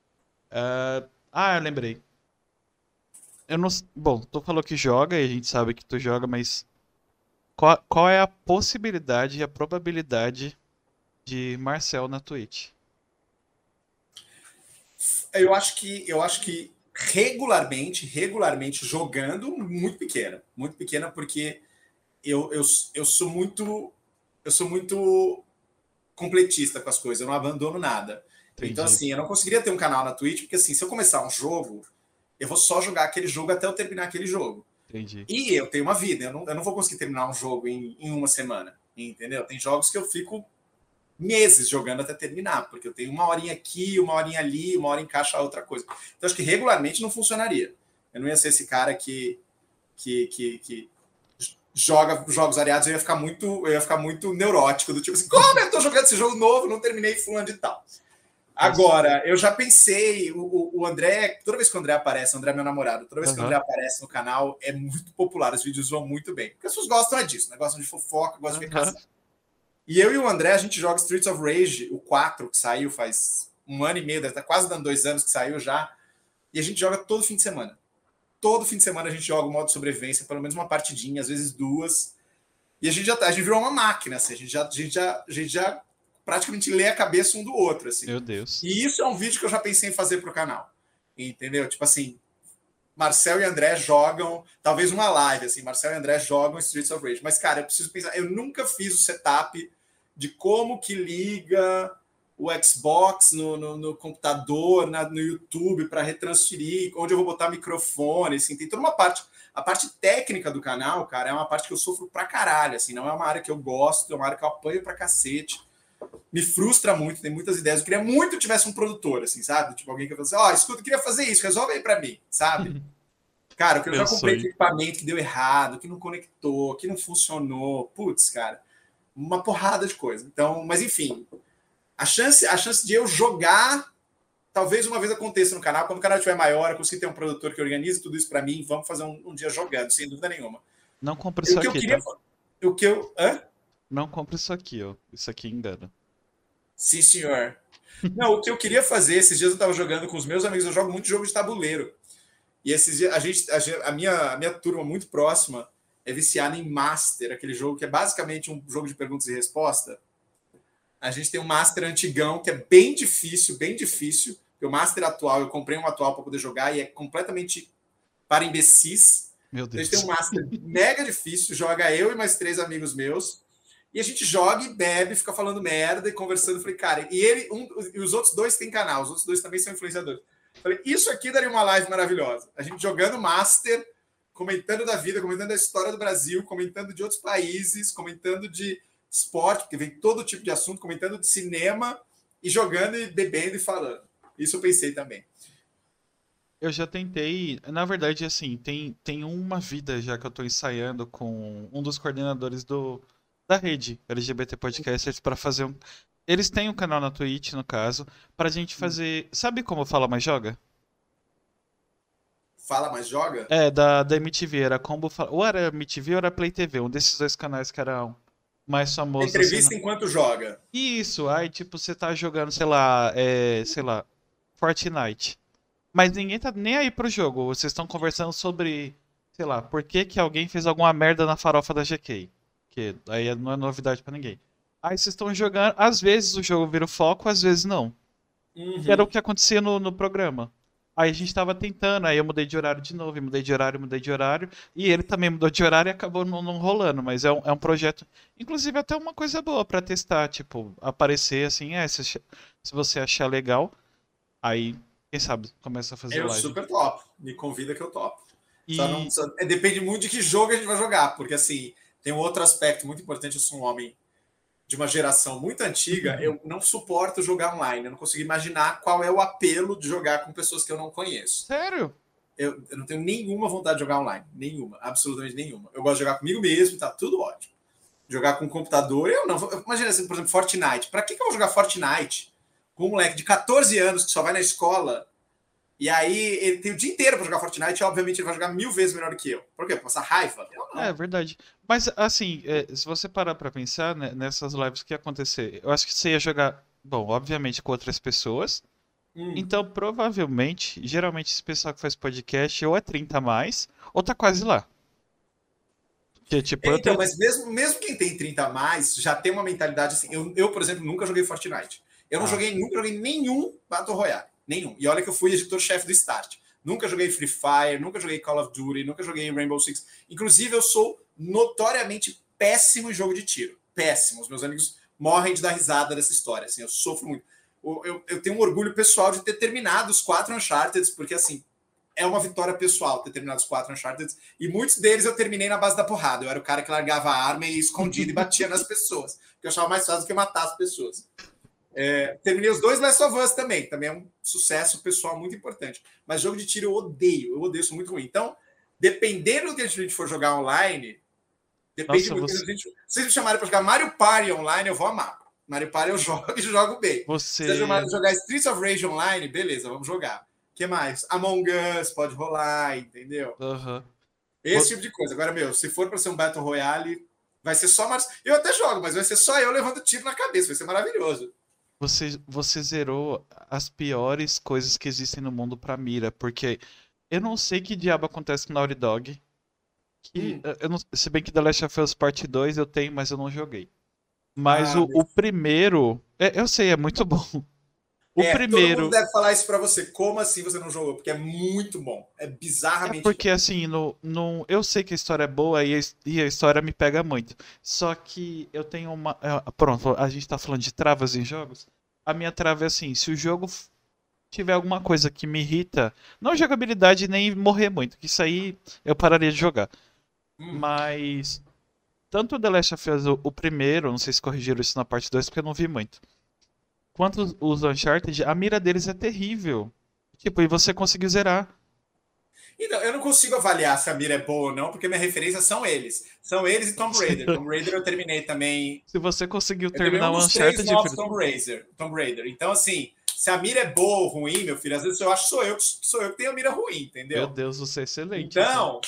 Eu lembrei. Eu não. Bom, tu falou que joga e a gente sabe que tu joga, mas qual é a possibilidade e a probabilidade de Marcel na Twitch? Eu acho que regularmente jogando muito pequena porque eu sou muito completista com as coisas, eu não abandono nada. Então Entendi, assim, eu não conseguiria ter um canal na Twitch porque assim, se eu começar um jogo, eu vou só jogar aquele jogo até eu terminar aquele jogo. entendi. E eu tenho uma vida, eu não vou conseguir terminar um jogo em uma semana, entendeu? Tem jogos que eu fico meses jogando até terminar, porque eu tenho uma horinha aqui, uma horinha ali, uma hora encaixa a outra coisa. Então acho que regularmente não funcionaria. Eu não ia ser esse cara que joga jogos variados, eu ia ficar muito neurótico, do tipo assim, como eu tô jogando esse jogo novo, não terminei fulano de tal. Mas, Agora, eu já pensei, o André, toda vez que o André aparece, o André é meu namorado, toda vez que o André aham, aparece no canal, é muito popular, os vídeos vão muito bem. Porque as pessoas gostam disso, né? Gostam de fofoca, gostam de ver aham. casal. E eu e o André, a gente joga Streets of Rage, o 4, que saiu faz um ano e meio, deve estar quase dando 2 anos que saiu já. E a gente joga todo fim de semana. Todo fim de semana a gente joga o modo sobrevivência, pelo menos uma partidinha, às vezes duas. E a gente virou uma máquina, assim, a gente já praticamente lê a cabeça um do outro, assim. Meu Deus. E isso é um vídeo que eu já pensei em fazer pro canal. Entendeu? Tipo assim, Marcel e André jogam, talvez uma live, assim, Marcel e André jogam Streets of Rage. Mas, cara, eu preciso pensar, eu nunca fiz o setup de como que liga o Xbox no computador, no YouTube, para retransferir, onde eu vou botar microfone, assim, tem toda uma parte. A parte técnica do canal, cara, é uma parte que eu sofro pra caralho, assim, não é uma área que eu gosto, é uma área que eu apanho pra cacete. Me frustra muito, tem muitas ideias. Eu queria muito que tivesse um produtor, assim, sabe? Tipo, alguém que falasse, ó, escuta, eu queria fazer isso, resolve aí pra mim, sabe? Cara, o que eu Meu já comprei de sonho. equipamento que deu errado, que não conectou, que não funcionou, putz, cara, uma porrada de coisa. Então, mas enfim, a chance de eu jogar, talvez uma vez aconteça no canal, quando o canal estiver maior, eu consigo ter um produtor que organize tudo isso para mim, vamos fazer um dia jogando, sem dúvida nenhuma. Não compre E o isso que eu aqui, queria, tá? o que eu, hã? Não compre isso aqui, ó. Isso aqui engana. Sim, senhor. Não, o que eu queria fazer, esses dias eu estava jogando com os meus amigos, eu jogo muito jogo de tabuleiro. E esses dias, a minha turma muito próxima é viciada em Master, aquele jogo que é basicamente um jogo de perguntas e respostas. A gente tem um Master antigão que é bem difícil, bem difícil. O Master atual, eu comprei um atual para poder jogar e é completamente para imbecis. Meu Então a gente tem um Deus. Master mega difícil, joga eu e mais 3 amigos meus. E a gente joga e bebe, fica falando merda e conversando. Falei, cara, e os outros dois têm canal, os outros dois também são influenciadores. Falei, isso aqui daria uma live maravilhosa. A gente jogando Master, comentando da vida, comentando da história do Brasil, comentando de outros países, comentando de esporte, porque vem todo tipo de assunto, comentando de cinema e jogando e bebendo e falando. Isso eu pensei também. Eu já tentei, na verdade, assim, tem uma vida já que eu tô ensaiando com um dos coordenadores da rede LGBT Podcasters para fazer um. Eles têm um canal na Twitch, no caso, pra gente fazer. Sabe como Fala Mais Joga? Fala, mas joga? É, da MTV, era Combo. Ou era MTV ou era Play TV, um desses dois canais que eram mais famosos assim. Entrevista enquanto joga. Isso, aí tipo, você tá jogando, sei lá, Fortnite. Mas ninguém tá nem aí pro jogo. Vocês estão conversando sobre, sei lá, por que que alguém fez alguma merda na farofa da GK. Que aí não é novidade pra ninguém. Aí vocês estão jogando, às vezes o jogo vira o foco, às vezes não. Que era o Uhum. que acontecia no programa. Aí a gente tava tentando, aí eu mudei de horário de novo, e mudei de horário, e ele também mudou de horário e acabou não rolando, mas é um projeto, inclusive até uma coisa boa pra testar, tipo, aparecer assim, se você achar legal, aí, quem sabe, começa a fazer Eu live. super top. Me convida que eu topo. Só não, E, depende muito de que jogo a gente vai jogar, porque assim, tem um outro aspecto muito importante. Eu sou um homem de uma geração muito antiga, eu não suporto jogar online. Eu não consigo imaginar qual é o apelo de jogar com pessoas que eu não conheço. sério? Eu não tenho nenhuma vontade de jogar online. Nenhuma, absolutamente nenhuma. Eu gosto de jogar comigo mesmo, tá tudo ótimo. Jogar com computador, eu não. Imagina assim, por exemplo, Fortnite. Pra que eu vou jogar Fortnite com um moleque de 14 anos que só vai na escola E aí ele tem o dia inteiro pra jogar Fortnite e obviamente ele vai jogar 1000 vezes melhor do que eu. Por quê? Passar raiva? Eu É não. verdade. Mas, assim, se você parar pra pensar, né, nessas lives, o que ia acontecer? Eu acho que você ia jogar, bom, obviamente com outras pessoas. Hum. Então, provavelmente, geralmente esse pessoal que faz podcast ou é 30 a mais, ou tá quase lá. Que, tipo, É, então, mas mesmo quem tem 30 a mais já tem uma mentalidade assim. Eu, por exemplo, nunca joguei Fortnite. Eu não Ah, joguei, nunca joguei nenhum Battle Royale. Nenhum. E olha que eu fui editor-chefe do Start. Nunca joguei Free Fire, nunca joguei Call of Duty, nunca joguei Rainbow Six. Inclusive, eu sou notoriamente péssimo em jogo de tiro. Péssimo. Os meus amigos morrem de dar risada dessa história. Assim, eu sofro muito. Eu tenho um orgulho pessoal de ter terminado os 4 Uncharted, porque assim, é uma vitória pessoal ter terminado os 4 Uncharted. E muitos deles eu terminei na base da porrada. Eu era o cara que largava a arma e escondido e batia nas pessoas. Que eu achava mais fácil do que matar as pessoas. Terminei os 2 Last of Us também. Também é um sucesso pessoal muito importante. Mas jogo de tiro eu odeio. Eu odeio, sou muito ruim. Então, dependendo do que a gente for jogar online, depende nossa, muito. Se vocês me chamarem para jogar Mario Party online, eu vou amar. Mario Party eu jogo e jogo bem. Se vocês chamarem você, para jogar Streets of Rage online, beleza, vamos jogar. O que mais? Among Us pode rolar, entendeu? aham. Esse tipo de coisa. Agora, meu, se for para ser um Battle Royale, vai ser só mais. Eu até jogo, mas vai ser só eu levando tiro na cabeça. Vai ser maravilhoso. Você zerou as piores coisas que existem no mundo pra mira, porque eu não sei que diabo acontece com Naughty Dog. Que, eu não, se bem que The Last of Us Part 2 eu tenho, mas eu não joguei. Mas Ah, o primeiro, eu sei, é muito bom. O todo mundo primeiro deve falar isso para você. Como assim você não jogou? Porque é muito bom. É é bizarramente bom. porque assim, eu sei que a história é boa e a história me pega muito. Só que eu tenho uma. Pronto, a gente tá falando de travas em jogos. A minha trava é assim, se o jogo tiver alguma coisa que me irrita, não jogabilidade nem morrer muito, que isso aí eu pararia de jogar. Hum. Mas tanto o The Last of Us, o primeiro, não sei se corrigiram isso na parte 2 porque eu não vi muito. Quanto os Uncharted, a mira deles é terrível. Tipo, e você conseguiu zerar. Então, eu não consigo avaliar se a mira é boa ou não, porque minha referência são eles. São eles e Tomb Raider. Tomb Raider eu terminei também. Se você conseguiu Eu terminei terminar um o dos 3 Uncharted, novos filho, Tomb Raider. Tomb Raider. Então, assim, se a mira é boa ou ruim, meu filho, às vezes eu acho que sou eu que tenho a mira ruim, meu entendeu? Deus, você é excelente, então. Então,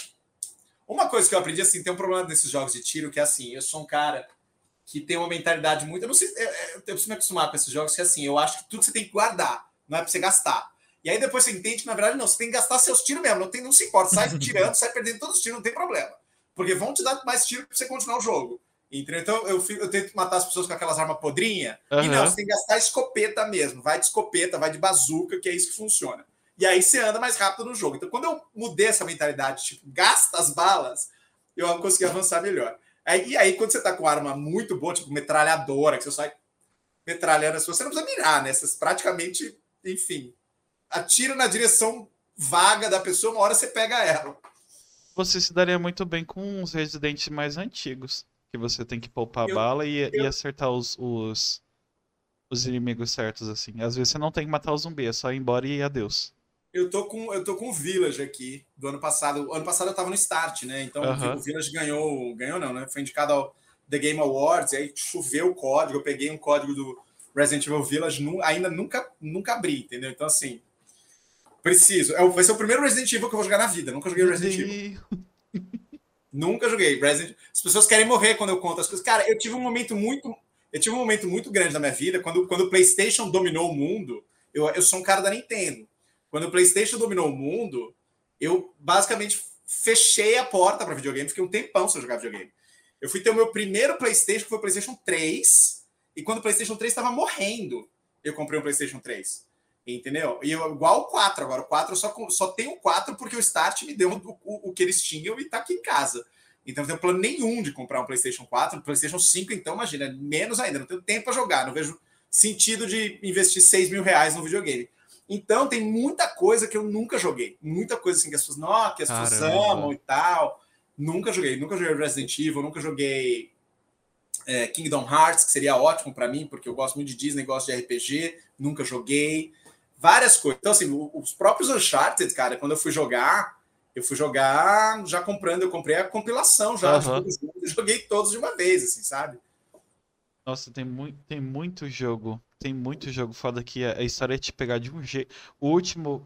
uma coisa que eu aprendi, assim, tem um problema nesses jogos de tiro, que é assim, eu sou um cara que tem uma mentalidade muito. Eu não sei, eu preciso me acostumar com esses jogos, que assim, eu acho que tudo você tem que guardar, não é pra você gastar. E aí depois você entende que, na verdade, não, você tem que gastar seus tiros mesmo, não se importa, sai tirando, sai perdendo todos os tiros, não tem problema. Porque vão te dar mais tiro pra você continuar o jogo. Entendeu? Então eu tento matar as pessoas com aquelas armas podrinhas, e não, você Aham. tem que gastar escopeta mesmo, vai de escopeta, vai de bazuca, que é isso que funciona. E aí você anda mais rápido no jogo. Então, quando eu mudei essa mentalidade, tipo, gasta as balas, eu consegui avançar melhor. E aí, quando você tá com arma muito boa, tipo metralhadora, que você sai metralhando as pessoas, você não precisa mirar, né? Você praticamente, enfim, atira na direção vaga da pessoa, uma hora você pega ela. Você se daria muito bem com os Resident mais antigos. Que você tem que poupar a Eu, bala e eu, acertar os inimigos certos, assim. Às vezes você não tem que matar o zumbi, é só ir embora e adeus. eu tô com o Village aqui do ano passado. O ano passado eu tava no Start, né? Então o Aham. Village ganhou não, né? Foi indicado ao The Game Awards, e aí choveu o código, eu peguei um código do Resident Evil Village, ainda nunca abri, entendeu? Então, assim, preciso. Vai ser o primeiro Resident Evil que eu vou jogar na vida. Nunca joguei Meu Resident Evil. Deus. Nunca joguei. As pessoas querem morrer quando eu conto as coisas. Cara, eu tive um momento muito grande na minha vida quando o PlayStation dominou o mundo. Eu sou um cara da Nintendo. Quando o PlayStation dominou o mundo, eu basicamente fechei a porta para videogame. Fiquei um tempão sem jogar videogame. Eu fui ter o meu primeiro PlayStation, que foi o PlayStation 3. E quando o PlayStation 3 estava morrendo, eu comprei um PlayStation 3. Entendeu? E igual o 4 agora. O 4 eu só tenho o 4 porque o Start me deu o que eles tinham e tá aqui em casa. Então não tenho plano nenhum de comprar um PlayStation 4. PlayStation 5, então, imagina, menos ainda. Não tenho tempo para jogar. Não vejo sentido de investir R$ 6.000 no videogame. Então tem muita coisa que eu nunca joguei. Muita coisa assim que as pessoas amam Caramba. e tal. Nunca joguei. Nunca joguei Resident Evil, nunca joguei Kingdom Hearts, que seria ótimo para mim, porque eu gosto muito de Disney, gosto de RPG. Nunca joguei várias coisas. Então, assim, os próprios Uncharted, cara, quando eu fui jogar já comprando, eu comprei a compilação já de Aham. todos os jogos, eu joguei todos de uma vez, assim, sabe? Nossa, tem muito jogo. Tem muito jogo foda que a história é te pegar de um jeito. O último.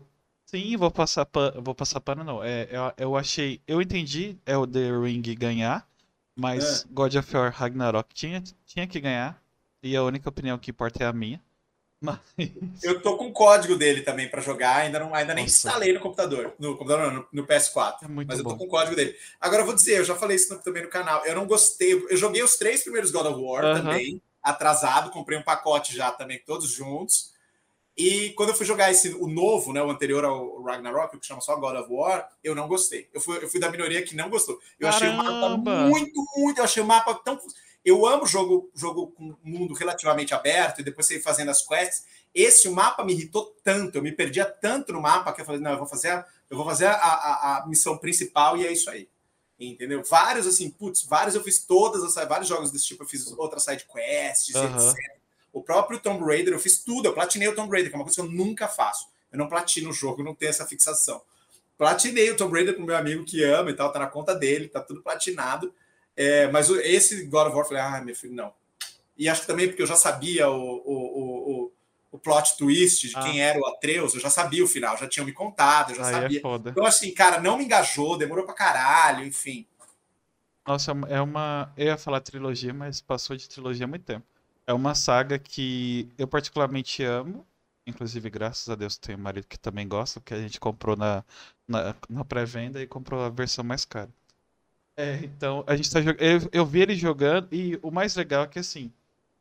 Sim, vou passar pano não. Eu achei, eu entendi o The Ring ganhar, Ah, mas God of War Ragnarok tinha que ganhar, e a única opinião que importa é a minha. Mas, eu tô com o código dele também para jogar, ainda nem nossa, instalei no computador. No computador, não, no PS4. é muito Mas eu tô bom. com o código dele. Agora eu vou dizer, eu já falei isso também no canal. Eu não gostei. Eu joguei os 3 primeiros God of War Aham. também, atrasado, comprei um pacote já também, todos juntos. E quando eu fui jogar o novo, né, o anterior ao Ragnarok, o que chama só God of War, eu não gostei. Eu fui da minoria que não gostou. Eu achei o mapa Caramba! muito, eu achei o mapa tão. Eu amo jogo com mundo relativamente aberto e depois você ir fazendo as quests. O mapa me irritou tanto, eu me perdia tanto no mapa que eu falei, não, eu vou fazer a missão principal e é isso aí. Entendeu? Vários, assim, vários eu fiz vários jogos desse tipo, eu fiz outras side quests, Aham. etc. O próprio Tomb Raider, eu fiz tudo. Eu platinei o Tomb Raider, que é uma coisa que eu nunca faço. Eu não platino o jogo, eu não tenho essa fixação. Platinei o Tomb Raider com meu amigo que ama e tal, tá na conta dele, tá tudo platinado. Mas esse God of War, eu falei, meu filho, não. E acho que também porque eu já sabia o plot twist de Ah, quem era o Atreus, eu já sabia o final, já tinham me contado, eu já aí é sabia. foda. Então, assim, cara, não me engajou, demorou pra caralho, enfim. Nossa, é uma. Eu ia falar trilogia, mas passou de trilogia há muito tempo. É uma saga que eu particularmente amo. Inclusive, graças a Deus, tenho um marido que também gosta, porque a gente comprou na pré-venda e comprou a versão mais cara. Então, a gente tá jogando. Eu vi ele jogando, e o mais legal é que, assim,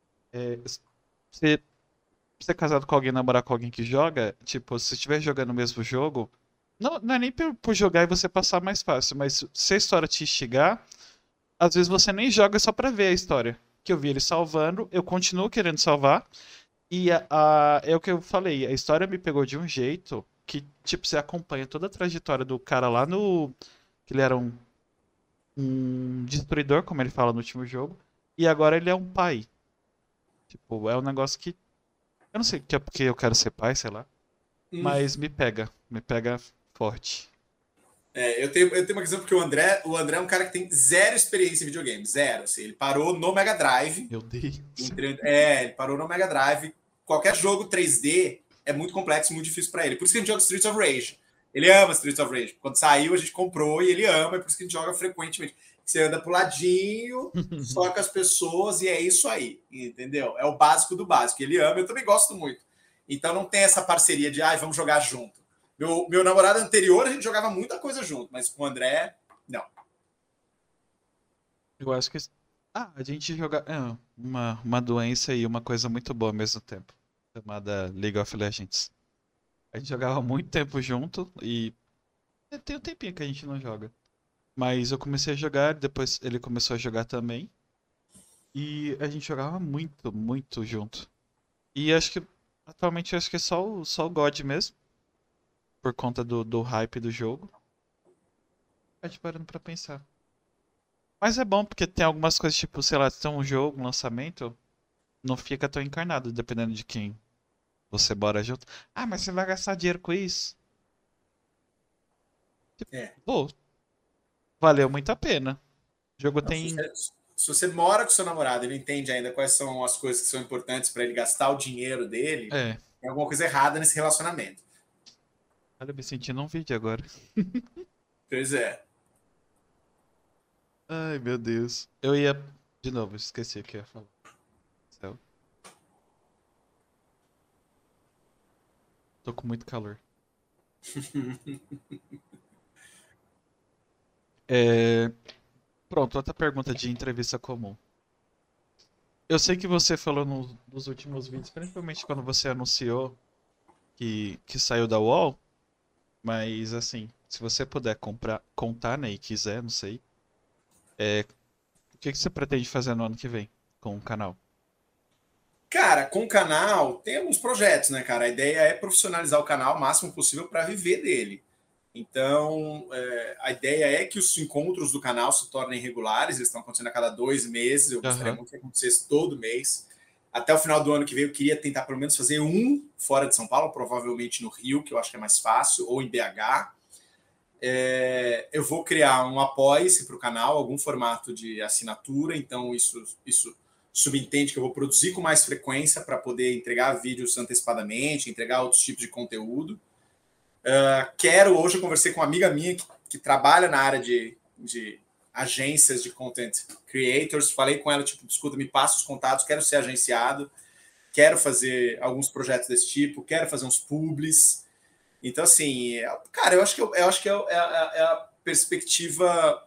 você ser casado com alguém, namorar com alguém que joga, tipo, se estiver jogando o mesmo jogo, não é nem por jogar e você passar mais fácil, mas se a história te instigar. Às vezes você nem joga só pra ver a história. Que eu vi ele salvando, eu continuo querendo salvar. E é o que eu falei, a história me pegou de um jeito que, tipo, você acompanha toda a trajetória do cara lá no. Que ele era um destruidor, como ele fala no último jogo. E agora ele é um pai. Tipo, é um negócio que. Eu não sei que é porque eu quero ser pai, sei lá. Hum. Mas me pega forte. Eu tenho uma questão porque o André é um cara que tem zero experiência em videogame, zero. Assim, ele parou no Mega Drive, Meu Deus. ele parou no Mega Drive. Qualquer jogo 3D é muito complexo, muito difícil para ele. Por isso que a gente joga Streets of Rage. Ele ama Streets of Rage. Quando saiu, a gente comprou e ele ama, é por isso que a gente joga frequentemente. Você anda pro ladinho, só com as pessoas e é isso aí, entendeu? É o básico do básico. Ele ama, eu também gosto muito. Então não tem essa parceria de, vamos jogar junto. Meu namorado anterior, a gente jogava muita coisa junto, mas com o André, não. Eu acho que. A gente joga. Uma doença e uma coisa muito boa ao mesmo tempo. Chamada League of Legends. A gente jogava muito tempo junto e. Tem um tempinho que a gente não joga. Mas eu comecei a jogar, depois ele começou a jogar também. E a gente jogava muito, muito junto. E acho que. Atualmente eu acho que é só o God mesmo. Por conta do hype do jogo. A gente parando pra pensar. Mas é bom porque tem algumas coisas, tipo, sei lá, se tem um jogo, um lançamento. Não fica tão encarnado, dependendo de quem você bora junto. Ah, mas você vai gastar dinheiro com isso? Tipo, É. pô, valeu muito a pena. O jogo Não, tem. se você mora com seu namorado e não entende ainda quais são as coisas que são importantes para ele gastar o dinheiro dele, É, tem alguma coisa errada nesse relacionamento. olha, eu me senti num vídeo agora. Pois é. Ai, meu Deus. Eu ia. De novo, esqueci o que eu ia falar. Céu. Tô com muito calor. É... Pronto, outra pergunta de entrevista comum. Eu sei que você falou nos últimos vídeos, principalmente quando você anunciou que saiu da UOL, mas assim, se você puder contar, né, e quiser, não sei, o que você pretende fazer no ano que vem com o canal? Cara, com o canal, tem alguns projetos, né, cara? A ideia é profissionalizar o canal o máximo possível para viver dele. Então, a ideia é que os encontros do canal se tornem regulares, eles estão acontecendo a cada 2 meses, eu gostaria Aham. muito que acontecesse todo mês. Até o final do ano que vem, eu queria tentar pelo menos fazer um fora de São Paulo, provavelmente no Rio, que eu acho que é mais fácil, ou em BH. Eu vou criar um apoia-se para o canal, algum formato de assinatura, então isso subentende que eu vou produzir com mais frequência para poder entregar vídeos antecipadamente, entregar outros tipos de conteúdo. Hoje eu conversei com uma amiga minha que trabalha na área de agências de content creators. Falei com ela, tipo, escuta, me passa os contatos, quero ser agenciado, quero fazer alguns projetos desse tipo, quero fazer uns publis. Então, assim, cara, eu acho que é a perspectiva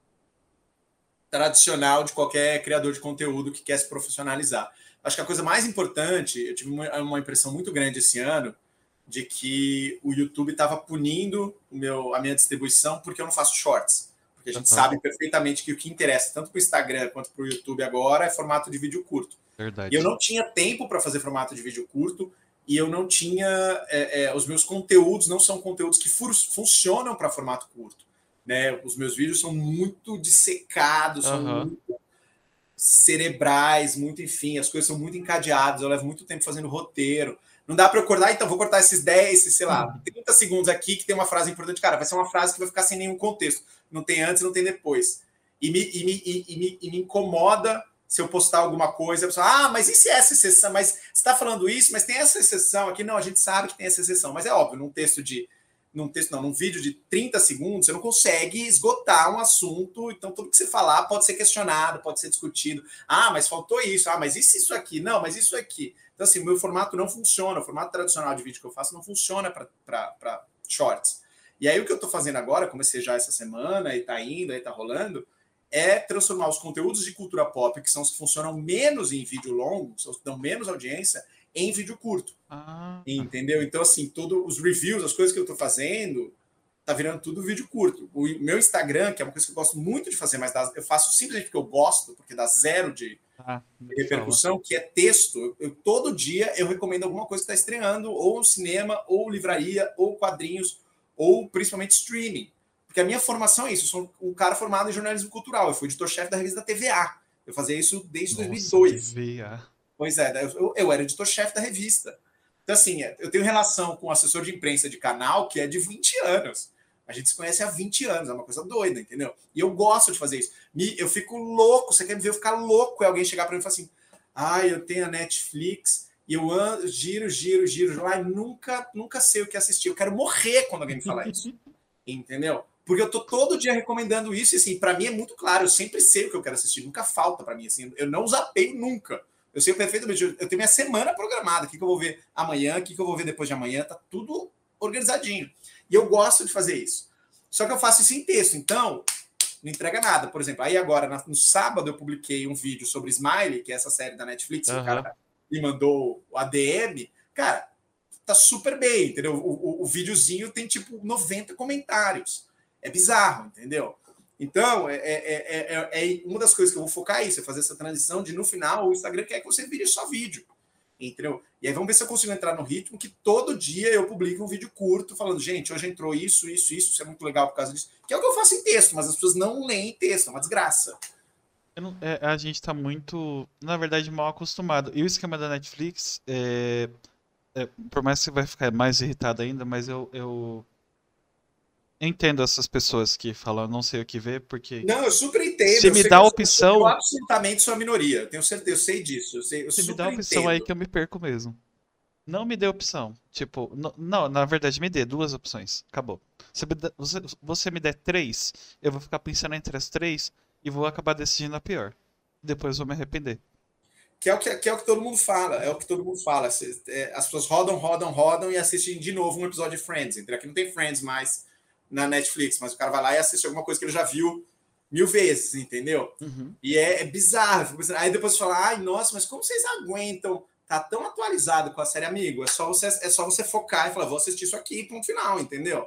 tradicional de qualquer criador de conteúdo que quer se profissionalizar. Acho que a coisa mais importante, eu tive uma impressão muito grande esse ano de que o YouTube estava punindo a minha distribuição porque eu não faço shorts. Porque a gente sabe perfeitamente que o que interessa tanto para o Instagram quanto para o YouTube agora é formato de vídeo curto. Verdade. E eu não tinha tempo para fazer formato de vídeo curto e eu não tinha... os meus conteúdos não são conteúdos que funcionam para formato curto. Né? Os meus vídeos são muito dissecados, são muito cerebrais, muito, enfim, as coisas são muito encadeadas, eu levo muito tempo fazendo roteiro. Não dá para eu cortar, então vou cortar esses 10, sei lá, 30 segundos aqui que tem uma frase importante. Cara, vai ser uma frase que vai ficar sem nenhum contexto. Não tem antes, não tem depois. E me incomoda se eu postar alguma coisa, a pessoa, mas e se essa exceção? Mas você está falando isso, mas tem essa exceção aqui? Não, a gente sabe que tem essa exceção. Mas é óbvio, num vídeo de 30 segundos, você não consegue esgotar um assunto, então tudo que você falar pode ser questionado, pode ser discutido. Mas faltou isso, mas e se isso aqui? Não, mas isso aqui. Então, assim, o meu formato não funciona, o formato tradicional de vídeo que eu faço não funciona para shorts. E aí o que eu estou fazendo agora, comecei já essa semana, e está indo, aí está rolando, é transformar os conteúdos de cultura pop, que são os que funcionam menos em vídeo longo, são os que dão menos audiência, em vídeo curto. Entendeu? Então, assim, todos os reviews, as coisas que eu estou fazendo, tá virando tudo vídeo curto. O meu Instagram, que é uma coisa que eu gosto muito de fazer, mas eu faço simplesmente porque eu gosto, porque dá zero de repercussão, que é texto. Todo dia eu recomendo alguma coisa que está estreando, ou cinema, ou livraria, ou quadrinhos, ou principalmente streaming. Porque a minha formação é isso. Eu sou um cara formado em jornalismo cultural. Eu fui editor-chefe da revista TVA. Eu fazia isso desde 2002. TVA. Pois é, eu era editor-chefe da revista. Então, assim, eu tenho relação com um assessor de imprensa de canal que é de 20 anos. A gente se conhece há 20 anos, é uma coisa doida, entendeu? E eu gosto de fazer isso. Eu fico louco, você quer me ver eu ficar louco? É alguém chegar para mim e falar assim, eu tenho a Netflix e eu ando, giro lá e nunca sei o que assistir. Eu quero morrer quando alguém me falar isso. Entendeu? Porque eu tô todo dia recomendando isso e, assim, para mim é muito claro, eu sempre sei o que eu quero assistir, nunca falta para mim, assim, eu não zapeio nunca. Eu sei perfeitamente, eu tenho minha semana programada, o que eu vou ver amanhã, o que eu vou ver depois de amanhã, tá tudo organizadinho. E eu gosto de fazer isso. Só que eu faço isso em texto, então não entrega nada. Por exemplo, aí agora, no sábado, eu publiquei um vídeo sobre Smiley, que é essa série da Netflix, que o cara me mandou o ADM. Cara, tá super bem, entendeu? O videozinho tem, tipo, 90 comentários. É bizarro, entendeu? Então, uma das coisas que eu vou focar é isso, é fazer essa transição de, no final, o Instagram quer que você vire só vídeo, entendeu? E aí vamos ver se eu consigo entrar no ritmo que todo dia eu publico um vídeo curto falando, gente, hoje entrou isso é muito legal por causa disso. Que é o que eu faço em texto, mas as pessoas não leem texto, é uma desgraça. A gente tá muito, na verdade, mal acostumado. E o esquema da Netflix, por mais que você vai ficar mais irritado ainda, mas eu entendo essas pessoas que falam não sei o que ver, porque... Não, eu super entendo. Se me dá a opção... Eu absolutamente sou a minoria, eu tenho certeza, eu sei disso. Se me dá a opção aí que eu me perco mesmo. Não me dê opção. Tipo, não, na verdade me dê 2 opções. Acabou. Se você me der 3, eu vou ficar pensando entre as 3 e vou acabar decidindo a pior. Depois vou me arrepender. Que é o que todo mundo fala. É o que todo mundo fala. As pessoas rodam e assistem de novo um episódio de Friends. Aqui não tem Friends mais na Netflix, mas o cara vai lá e assiste alguma coisa que ele já viu 1000 vezes, entendeu? Uhum. E é bizarro. Aí depois você fala, nossa, mas como vocês aguentam? Tá tão atualizado com a série, amigo. É só você focar e falar, vou assistir isso aqui, ponto final, entendeu?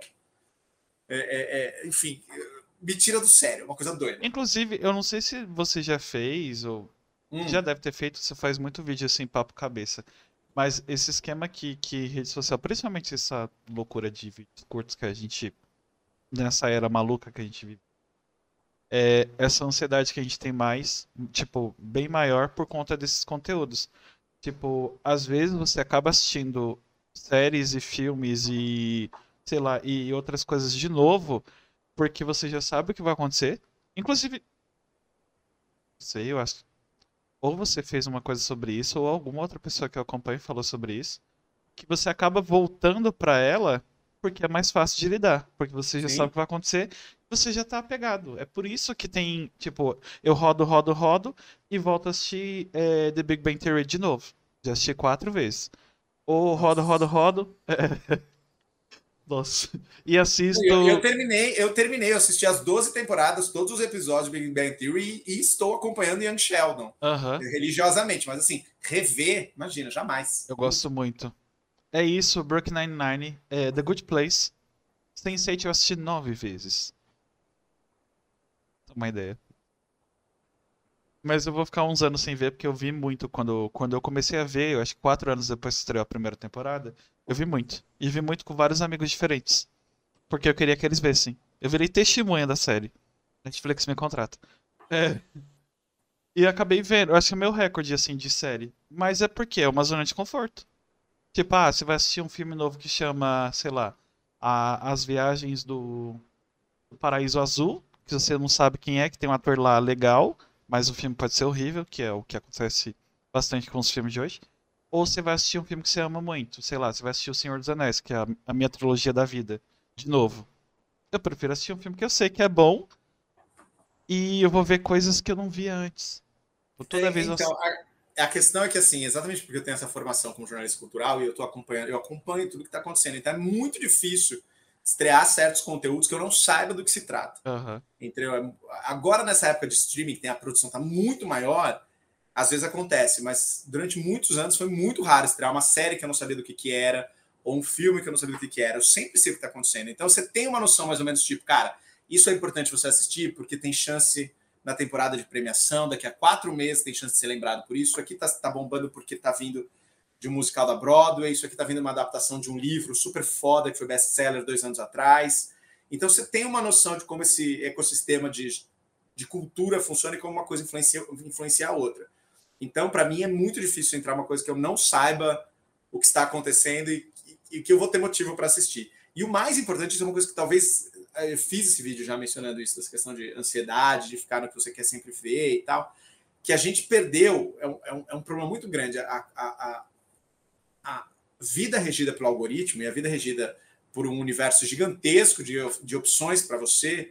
Enfim, me tira do sério, uma coisa doida. Inclusive, eu não sei se você já fez ou já deve ter feito, você faz muito vídeo assim, papo cabeça. Mas esse esquema que rede social, principalmente essa loucura de vídeos curtos que a gente, nessa era maluca que a gente vive, essa ansiedade que a gente tem mais, tipo, bem maior por conta desses conteúdos. Tipo, às vezes você acaba assistindo séries e filmes e, sei lá, e outras coisas de novo, porque você já sabe o que vai acontecer. Inclusive, sei, eu acho. Ou você fez uma coisa sobre isso, ou alguma outra pessoa que eu acompanho falou sobre isso, que você acaba voltando pra ela porque é mais fácil de lidar, porque você já sabe o Sim. que vai acontecer, você já tá apegado. É por isso que tem, tipo, eu rodo e volto a assistir The Big Bang Theory de novo. Já assisti 4 vezes. Ou Nossa. rodo, nossa, e Eu assisto. terminei, eu assisti as 12 temporadas, todos os episódios de Big Bang Theory e estou acompanhando Young Sheldon, Aham, religiosamente, mas assim, rever, imagina, jamais. eu Nunca. gosto muito. É isso, Brooklyn Nine-Nine, The Good Place. Sense8 eu assisti 9 vezes. Dá uma ideia. Mas eu vou ficar uns anos sem ver, porque eu vi muito quando eu comecei a ver, eu acho que 4 anos depois que estreou a primeira temporada, eu vi muito. E vi muito com vários amigos diferentes. Porque eu queria que eles vissem. Eu virei testemunha da série. Netflix me contrata. É. E acabei vendo, eu acho que é meu recorde, assim, de série. Mas é porque é uma zona de conforto. Tipo, você vai assistir um filme novo que chama, sei lá, As Viagens do Paraíso Azul, que você não sabe quem é, que tem um ator lá legal, mas o filme pode ser horrível, que é o que acontece bastante com os filmes de hoje. Ou você vai assistir um filme que você ama muito, sei lá, você vai assistir O Senhor dos Anéis, que é a minha trilogia da vida, de novo. Eu prefiro assistir um filme que eu sei que é bom e eu vou ver coisas que eu não via antes. Toda vez eu... Então, a questão é que, assim, exatamente porque eu tenho essa formação como jornalista cultural e eu estou acompanhando, eu acompanho tudo que está acontecendo. Então, é muito difícil estrear certos conteúdos que eu não saiba do que se trata. Aham, Entendeu? Agora, nessa época de streaming, que tem a produção está muito maior, às vezes acontece, mas durante muitos anos foi muito raro estrear uma série que eu não sabia do que era, ou um filme que eu não sabia do que era. Eu sempre sei o que está acontecendo. Então, você tem uma noção mais ou menos tipo, cara, isso é importante você assistir porque tem chance na temporada de premiação, daqui a 4 meses tem chance de ser lembrado por isso. Isso aqui tá bombando porque tá vindo de um musical da Broadway, isso aqui tá vindo uma adaptação de um livro super foda que foi best-seller 2 anos atrás. Então você tem uma noção de como esse ecossistema de cultura funciona e como uma coisa influencia a outra. Então, para mim, é muito difícil entrar uma coisa que eu não saiba o que está acontecendo e que eu vou ter motivo para assistir. E o mais importante, isso é uma coisa que talvez eu fiz esse vídeo já mencionando isso, dessa questão de ansiedade, de ficar no que você quer sempre ver e tal, que a gente perdeu, é um problema muito grande. A vida regida pelo algoritmo e a vida regida por um universo gigantesco de opções para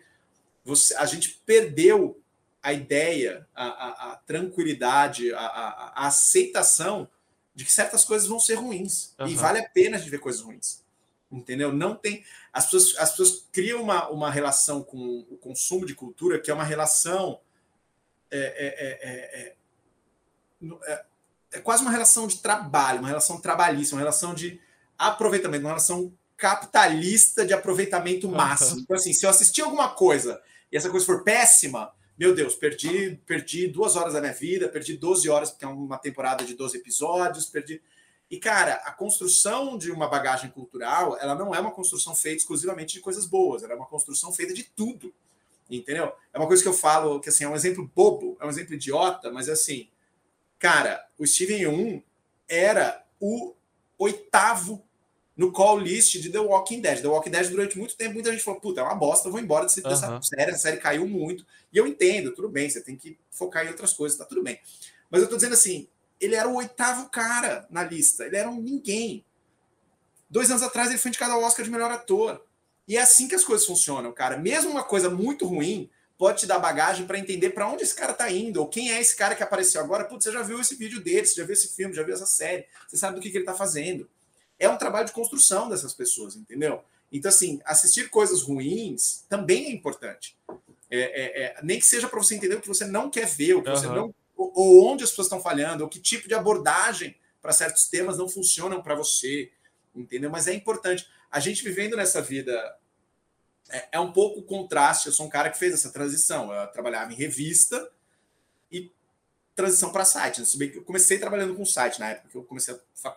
a gente perdeu a ideia, a tranquilidade, a aceitação de que certas coisas vão ser ruins. E aham, vale a pena a gente ver coisas ruins. Entendeu? Não tem. As pessoas criam uma relação com o consumo de cultura que é uma relação. É, é, é, é, é quase uma relação de trabalho, uma relação trabalhista, uma relação de aproveitamento, uma relação capitalista de aproveitamento aham, máximo. Então, assim, se eu assistir alguma coisa e essa coisa for péssima, meu Deus, perdi 2 horas da minha vida, perdi 12 horas, porque é uma temporada de 12 episódios, perdi. E, cara, a construção de uma bagagem cultural, ela não é uma construção feita exclusivamente de coisas boas, ela é uma construção feita de tudo, entendeu? É uma coisa que eu falo, que assim, é um exemplo bobo, é um exemplo idiota, mas assim, cara, o Steven Yeun era o oitavo no call list de The Walking Dead. The Walking Dead, durante muito tempo, muita gente falou, puta, é uma bosta, eu vou embora dessa aham, série, a série caiu muito. E eu entendo, tudo bem, você tem que focar em outras coisas, tá tudo bem. Mas eu tô dizendo assim, ele era o oitavo cara na lista, ele era um ninguém. 2 anos atrás ele foi indicado ao Oscar de melhor ator. E é assim que as coisas funcionam, cara. Mesmo uma coisa muito ruim pode te dar bagagem para entender para onde esse cara tá indo, ou quem é esse cara que apareceu agora. Putz, você já viu esse vídeo dele, você já viu esse filme, já viu essa série, você sabe do que ele tá fazendo. É um trabalho de construção dessas pessoas, entendeu? Então, assim, assistir coisas ruins também é importante. Nem que seja para você entender o que você não quer ver, o que você aham. não. Ou onde as pessoas estão falhando, ou que tipo de abordagem para certos temas não funcionam para você, entendeu? Mas é importante. A gente vivendo nessa vida é um pouco contraste. Eu sou um cara que fez essa transição. Eu trabalhava em revista e transição para site. Eu comecei trabalhando com site na época que eu comecei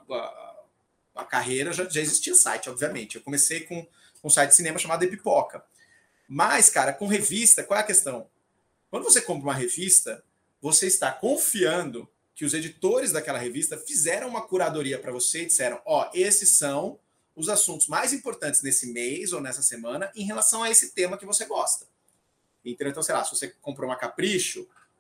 a carreira, já existia site, obviamente. Eu comecei com um site de cinema chamado The Pipoca. Mas, cara, com revista, qual é a questão? Quando você compra uma revista, você está confiando que os editores daquela revista fizeram uma curadoria para você e disseram: ó, esses são os assuntos mais importantes nesse mês ou nessa semana em relação a esse tema que você gosta. Então, sei lá, se você comprou uma Capricho,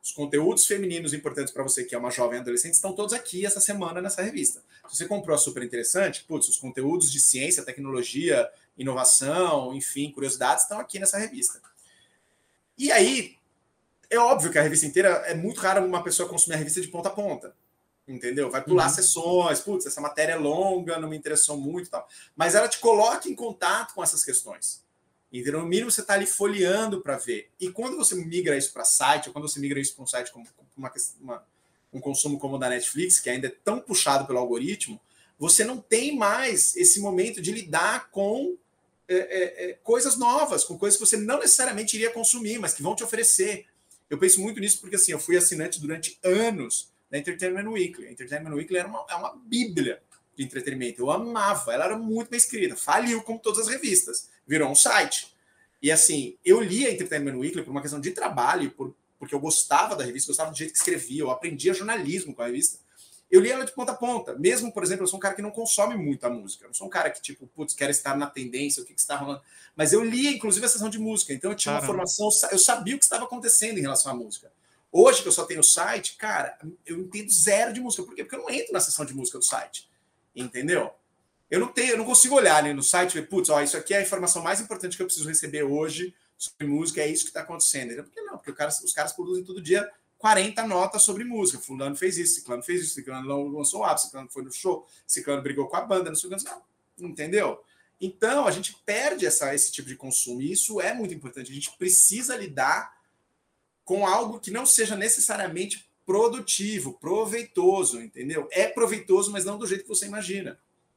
os conteúdos femininos importantes para você, que é uma jovem adolescente, estão todos aqui essa semana nessa revista. Se você comprou a Super Interessante, putz, os conteúdos de ciência, tecnologia, inovação, enfim, curiosidades, estão aqui nessa revista. E aí, é óbvio que a revista inteira, é muito raro uma pessoa consumir a revista de ponta a ponta. Entendeu? Vai pular sessões, putz, essa matéria é longa, não me interessou muito e tal. Mas ela te coloca em contato com essas questões. Entendeu? No mínimo, você está ali folheando para ver. E quando você migra isso para site, ou quando você migra isso para um site como um consumo como o da Netflix, que ainda é tão puxado pelo algoritmo, você não tem mais esse momento de lidar com coisas novas, com coisas que você não necessariamente iria consumir, mas que vão te oferecer. Eu penso muito nisso porque assim, eu fui assinante durante anos da Entertainment Weekly. A Entertainment Weekly é uma bíblia de entretenimento. Eu amava, ela era muito bem escrita. Faliu como todas as revistas. Virou um site. E assim, eu li a Entertainment Weekly por uma questão de trabalho, porque eu gostava da revista, gostava do jeito que escrevia, eu aprendia jornalismo com a revista. Eu li ela de ponta a ponta. Mesmo, por exemplo, eu sou um cara que não consome muito a música. Eu não sou um cara que, tipo, putz, quero estar na tendência, o que está rolando. Mas eu lia, inclusive, a sessão de música. Então eu tinha uma formação, eu sabia o que estava acontecendo em relação à música. Hoje, que eu só tenho o site, cara, eu entendo zero de música. Por quê? Porque eu não entro na sessão de música do site. Entendeu? Eu não consigo olhar ali no site e ver, putz, ó, isso aqui é a informação mais importante que eu preciso receber hoje sobre música, é isso que está acontecendo. Por que não? Porque os caras produzem todo dia 40 notas sobre música. Fulano fez isso, Ciclano fez isso, Ciclano lançou o ápice, Ciclano foi no show, Ciclano brigou com a banda, não sei o que. Não, entendeu? Então, a gente perde esse tipo de consumo. E isso é muito importante. A gente precisa lidar com algo que não seja necessariamente produtivo, proveitoso, entendeu? É proveitoso, mas não do jeito que você imagina.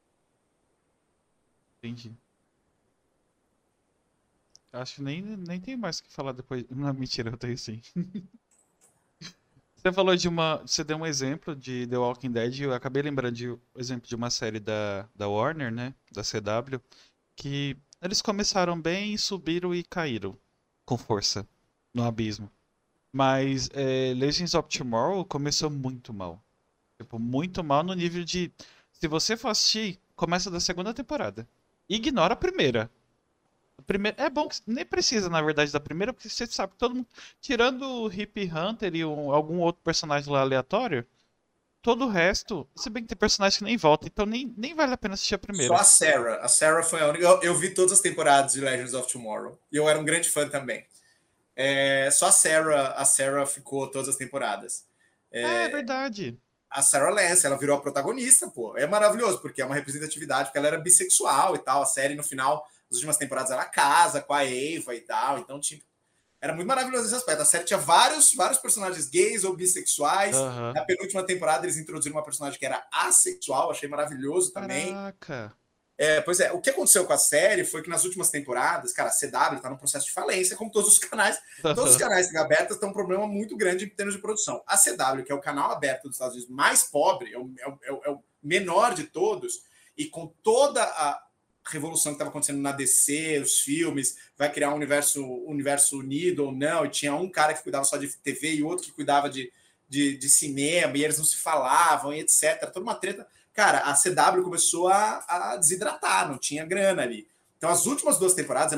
Entendi. Acho que nem tem mais o que falar depois. Não, mentira, eu tenho sim. Você falou de uma. Você deu um exemplo de The Walking Dead. Eu acabei lembrando de um exemplo de uma série da Warner, né? Da CW. Que eles começaram bem, subiram e caíram com força no abismo. Mas Legends of Tomorrow começou muito mal. Tipo, muito mal no nível de. Se você for assistir, começa da segunda temporada. Ignora a primeira. É bom que nem precisa, na verdade, da primeira, porque você sabe que todo mundo. Tirando o Hip Hunter e algum outro personagem lá aleatório, todo o resto. Se bem que tem personagem que nem volta, então nem vale a pena assistir a primeira. Só a Sarah. A Sarah foi a única. Eu vi todas as temporadas de Legends of Tomorrow. E eu era um grande fã também. Só a Sarah ficou todas as temporadas. É verdade. A Sarah Lance, ela virou a protagonista, pô. É maravilhoso, porque é uma representatividade, porque ela era bissexual e tal. A série, no final, nas últimas temporadas, ela casa com a Eva e tal. Então, tipo, era muito maravilhoso esse aspecto. A série tinha vários personagens gays ou bissexuais. Uhum. Na penúltima temporada, eles introduziram uma personagem que era assexual. Achei maravilhoso também. Caraca. Pois é, o que aconteceu com a série foi que nas últimas temporadas, cara, a CW está no processo de falência, como todos os canais. Todos os canais abertos têm um problema muito grande em termos de produção. A CW, que é o canal aberto dos Estados Unidos mais pobre, é o menor de todos, e com toda a revolução que estava acontecendo na DC, os filmes, vai criar um universo unido ou não, e tinha um cara que cuidava só de TV e outro que cuidava de cinema, e eles não se falavam, e etc. Toda uma treta. Cara, a CW começou a desidratar, não tinha grana ali. Então, as últimas duas temporadas,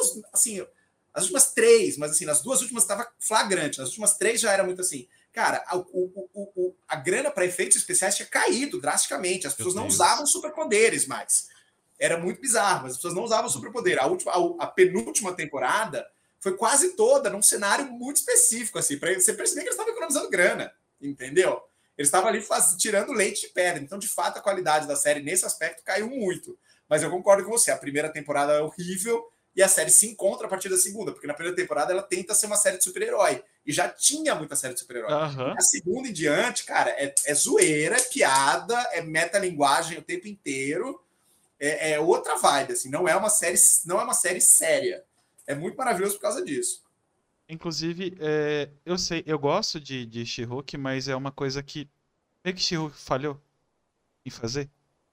as últimas três, mas assim, nas duas últimas estava flagrante, nas últimas três já era muito assim. Cara, a grana para efeitos especiais tinha caído drasticamente, as pessoas não usavam superpoderes mais. Era muito bizarro, mas as pessoas não usavam superpoder. A penúltima temporada foi quase toda num cenário muito específico, assim, para você perceber que eles estavam economizando grana, entendeu? Eles estavam ali tirando leite de pedra. Então, de fato, a qualidade da série nesse aspecto caiu muito. Mas eu concordo com você. A primeira temporada é horrível e a série se encontra a partir da segunda, porque na primeira temporada ela tenta ser uma série de super-herói. E já tinha muita série de super-herói. Uhum. Na segunda em diante, cara, é zoeira, é piada, é metalinguagem o tempo inteiro. É outra vibe, assim. Não é uma série séria. É muito maravilhoso por causa disso. Inclusive, eu sei, eu gosto de She-Hulk, mas é uma coisa que meio que She-Hulk falhou em fazer.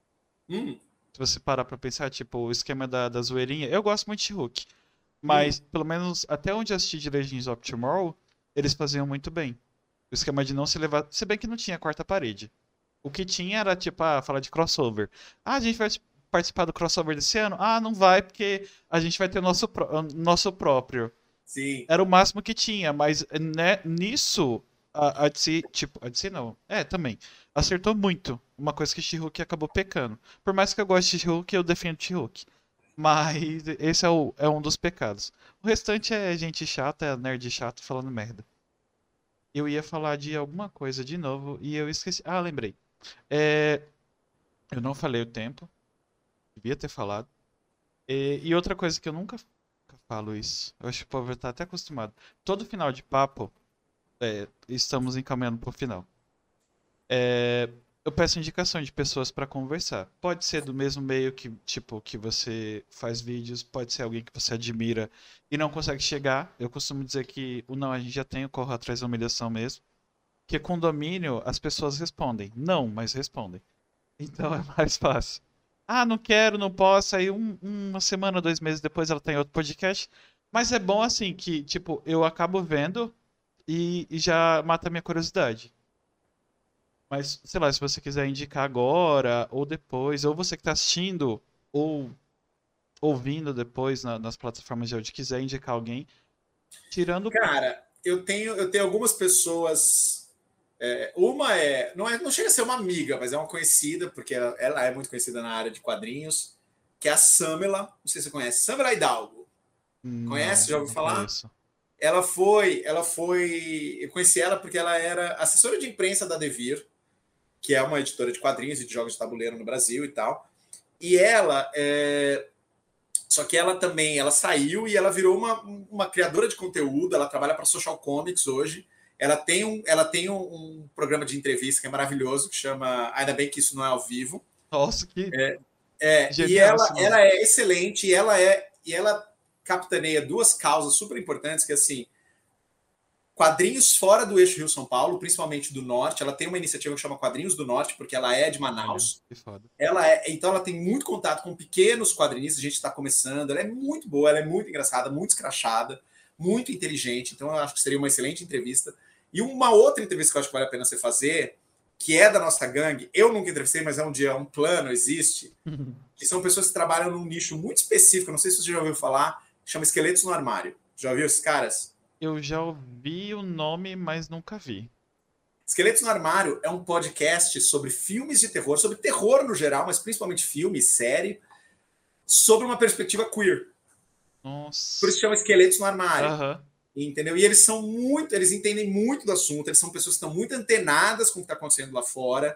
Se você parar pra pensar, tipo, o esquema da zoeirinha, eu gosto muito de She-Hulk. Mas, pelo menos, até onde eu assisti de Legends of Tomorrow, eles faziam muito bem. O esquema de não se levar... Se bem que não tinha quarta parede. O que tinha era, tipo, falar de crossover. A gente vai participar do crossover desse ano? Não vai, porque a gente vai ter o nosso próprio. Sim. Era o máximo que tinha, mas né, nisso a DC, tipo, a DC não. É, também. Acertou muito. Uma coisa que She-Hulk acabou pecando. Por mais que eu goste de She-Hulk, eu defendo She-Hulk. Mas esse é um dos pecados. O restante é gente chata, é nerd chato falando merda. Eu ia falar de alguma coisa de novo e eu esqueci. Ah, lembrei. É, eu não falei o tempo. Devia ter falado. E outra coisa que eu nunca falo isso. Eu acho que o povo tá até acostumado. Todo final de papo, estamos encaminhando pro final. É, eu peço indicação de pessoas para conversar. Pode ser do mesmo meio que, tipo, que você faz vídeos, pode ser alguém que você admira e não consegue chegar. Eu costumo dizer que o não a gente já tem, eu corro atrás da humilhação mesmo. Que condomínio as pessoas respondem. Não, mas respondem. Então é mais fácil. Ah, não quero, não posso. Aí uma semana, 2 meses depois ela tem outro podcast. Mas é bom assim que, tipo, eu acabo vendo e já mata a minha curiosidade. Mas, sei lá, se você quiser indicar agora, ou depois, ou você que está assistindo, ou ouvindo depois nas plataformas de áudio, quiser indicar alguém, tirando. Cara, eu tenho algumas pessoas. Uma não chega a ser uma amiga, mas é uma conhecida, porque ela é muito conhecida na área de quadrinhos, que é a Samela. Não sei se você conhece. Samela Hidalgo. Conhece? Não, Já ouviu não falar? conheço. Eu conheci ela porque ela era assessora de imprensa da Devir, que é uma editora de quadrinhos e de jogos de tabuleiro no Brasil e tal. E só que ela também, ela saiu e ela virou uma criadora de conteúdo, ela trabalha para Social Comics hoje. Ela tem um programa de entrevista que é maravilhoso, que chama Ainda Bem Que Isso Não É Ao Vivo. Nossa, que E genial esse nome. ela é excelente e ela capitaneia duas causas super importantes, que assim, quadrinhos fora do eixo Rio-São Paulo, principalmente do Norte. Ela tem uma iniciativa que chama Quadrinhos do Norte, porque ela é de Olha, Manaus. que foda. Então ela tem muito contato com pequenos quadrinistas, a gente está começando. Ela é muito boa, ela é muito engraçada, muito escrachada, muito inteligente. Então eu acho que seria uma excelente entrevista. E uma outra entrevista que eu acho que vale a pena você fazer, que é da nossa gangue, eu nunca entrevistei, mas é um plano, existe, que são pessoas que trabalham num nicho muito específico, não sei se você já ouviu falar, chama Esqueletos no Armário. Já ouviu esses caras? Eu já ouvi o nome, mas nunca vi. Esqueletos no Armário é um podcast sobre filmes de terror, sobre terror no geral, mas principalmente filme, série, sobre uma perspectiva queer. Por isso Nossa. chama Esqueletos no Armário. Aham. Entendeu? E eles entendem muito do assunto, eles são pessoas que estão muito antenadas com o que está acontecendo lá fora.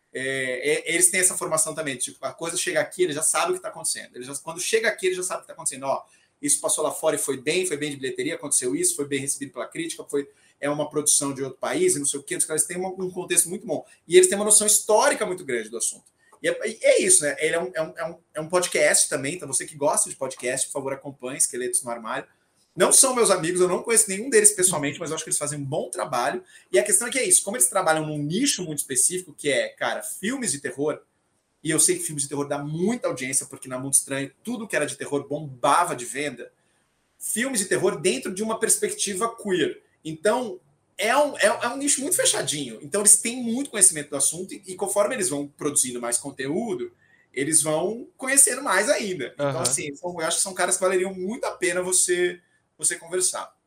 Eles têm essa formação também, tipo, a coisa chega aqui, ele já sabe o que está acontecendo. Quando chega aqui, ele já sabe o que está acontecendo. Ó, isso passou lá fora e foi bem de bilheteria, aconteceu isso, foi bem recebido pela crítica, é uma produção de outro país, e não sei o quê. Os caras têm um contexto muito bom. E eles têm uma noção histórica muito grande do assunto. E é isso, né? Ele é um podcast também, então você que gosta de podcast, por favor, acompanhe Esqueletos no Armário. Não são meus amigos, eu não conheço nenhum deles pessoalmente, mas eu acho que eles fazem um bom trabalho. E a questão é que é isso, como eles trabalham num nicho muito específico, que é, cara, filmes de terror, e eu sei que filmes de terror dá muita audiência, porque na Mundo Estranho tudo que era de terror bombava de venda. Filmes de terror dentro de uma perspectiva queer. Então, é um nicho muito fechadinho. Então, eles têm muito conhecimento do assunto e conforme eles vão produzindo mais conteúdo, eles vão conhecendo mais ainda. Então, Aham. assim, eu acho que são caras que valeriam muito a pena você conversar.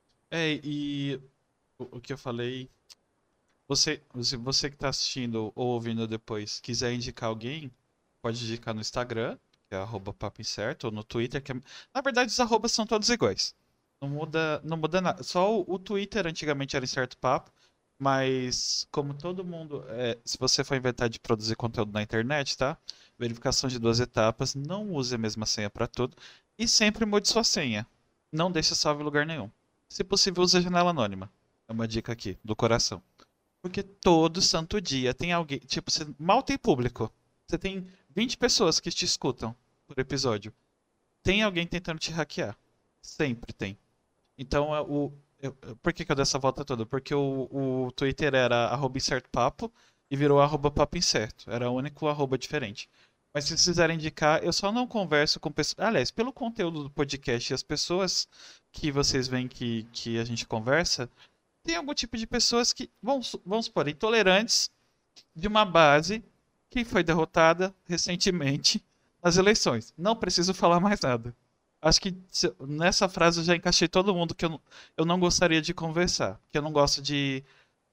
E o que eu falei. Se você que está assistindo ou ouvindo depois quiser indicar alguém, pode indicar no Instagram, que é @papo incerto, ou no Twitter, na verdade os arrobas são todos iguais. Não muda nada. Só o Twitter antigamente era Incerto Papo, mas como todo mundo, se você for inventar de produzir conteúdo na internet, tá? Verificação de 2 etapas, não use a mesma senha para tudo e sempre mude sua senha. Não deixe salvo em lugar nenhum. Se possível, use a janela anônima. É uma dica aqui, do coração. Porque todo santo dia tem alguém. Tipo, você mal tem público. Você tem 20 pessoas que te escutam por episódio. Tem alguém tentando te hackear. Sempre tem. Então, por que eu dei essa volta toda? Porque o Twitter era @incertopapo e virou @papo incerto. Era o único arroba diferente. Mas se vocês quiserem indicar, eu só não converso com pessoas. Aliás, pelo conteúdo do podcast e as pessoas que vocês veem que a gente conversa, tem algum tipo de pessoas que, vamos supor, intolerantes de uma base que foi derrotada recentemente nas eleições. Não preciso falar mais nada. Acho que nessa frase eu já encaixei todo mundo que eu não gostaria de conversar. Que eu não gosto de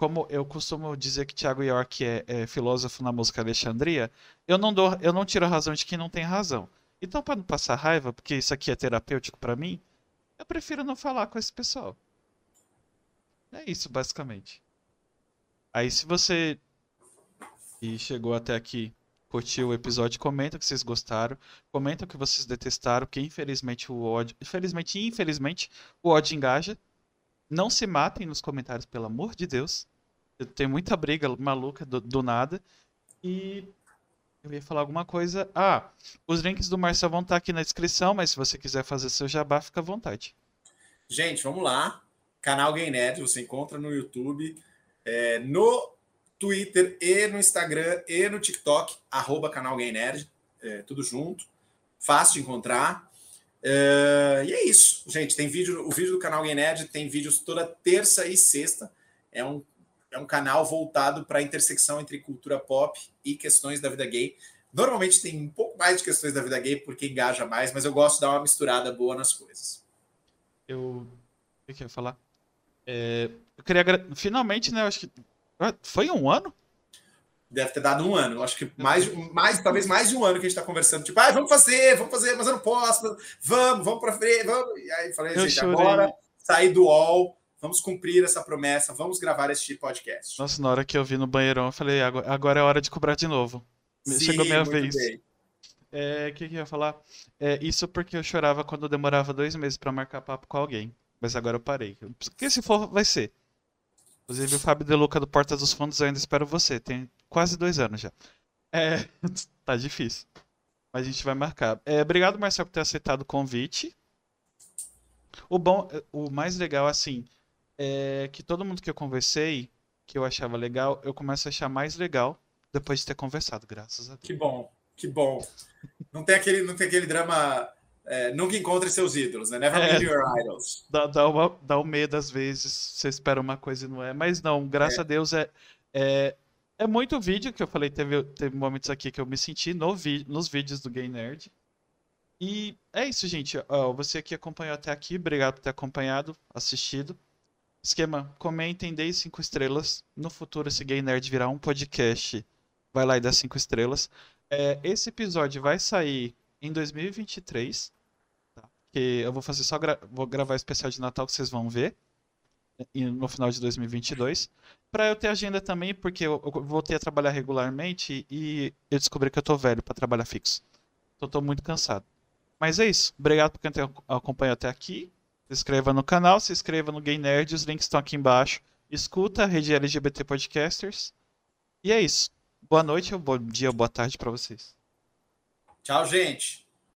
como eu costumo dizer que Thiago York é filósofo na música Alexandria, eu não tiro a razão de quem não tem razão. Então, para não passar raiva, porque isso aqui é terapêutico para mim, eu prefiro não falar com esse pessoal. É isso, basicamente. Aí, se você e chegou até aqui, curtiu o episódio, comenta o que vocês gostaram, comenta o que vocês detestaram, que infelizmente o ódio, infelizmente e infelizmente o ódio engaja. Não se matem nos comentários, pelo amor de Deus. Tem muita briga maluca do nada. E eu ia falar alguma coisa. Ah, os links do Marcel vão estar aqui na descrição, mas se você quiser fazer seu jabá, fica à vontade. Gente, vamos lá. Canal Gay Nerd, você encontra no YouTube, no Twitter e no Instagram e no TikTok, @canal Gay Nerd, tudo junto. Fácil de encontrar. E é isso, gente. Tem vídeo, o vídeo do canal Gay Nerd tem vídeos toda terça e sexta. É um canal voltado para a intersecção entre cultura pop e questões da vida gay. Normalmente tem um pouco mais de questões da vida gay porque engaja mais, mas eu gosto de dar uma misturada boa nas coisas. O que eu ia falar? Eu queria finalmente, né? Eu acho que foi um ano? Deve ter dado um ano. Acho que talvez mais de um ano que a gente está conversando. Tipo, vamos fazer, mas eu não posso. Vamos para frente, vamos. E aí falei, gente, agora sair do UOL, vamos cumprir essa promessa, vamos gravar este podcast. Nossa, na hora que eu vi no banheirão, eu falei, agora é hora de cobrar de novo. Sim, chegou a minha vez. Bem. O que eu ia falar? Isso porque eu chorava quando demorava 2 meses para marcar papo com alguém. Mas agora eu parei. Porque se for, vai ser. Inclusive o Fábio De Luca do Porta dos Fundos, eu ainda espero você. Tem quase 2 anos já. Tá difícil. Mas a gente vai marcar. Obrigado, Marcelo, por ter aceitado o convite. O mais legal, assim, é que todo mundo que eu conversei, que eu achava legal, eu começo a achar mais legal depois de ter conversado, graças a Deus. Que bom. Não tem aquele drama. Nunca encontre seus ídolos, né? Never meet your idols. Dá um medo às vezes, você espera uma coisa e não é. Mas não, graças a Deus é muito vídeo que eu falei. Teve momentos aqui que eu me senti nos vídeos do Gay Nerd. E é isso, gente. Você que acompanhou até aqui, obrigado por ter acompanhado, assistido. Esquema, comentem, deem 5 estrelas. No futuro, se Gay Nerd virar um podcast, vai lá e dá 5 estrelas. Esse episódio vai sair em 2023. Tá? Que eu vou fazer vou gravar especial de Natal que vocês vão ver. No final de 2022. Pra eu ter agenda também, porque eu voltei a trabalhar regularmente e eu descobri que eu tô velho pra trabalhar fixo. Então eu tô muito cansado. Mas é isso. Obrigado por quem acompanhou até aqui. Se inscreva no canal, se inscreva no Gay Nerd, os links estão aqui embaixo. Escuta a Rede LGBT Podcasters. E é isso. Boa noite, bom dia, boa tarde pra vocês. Tchau, gente.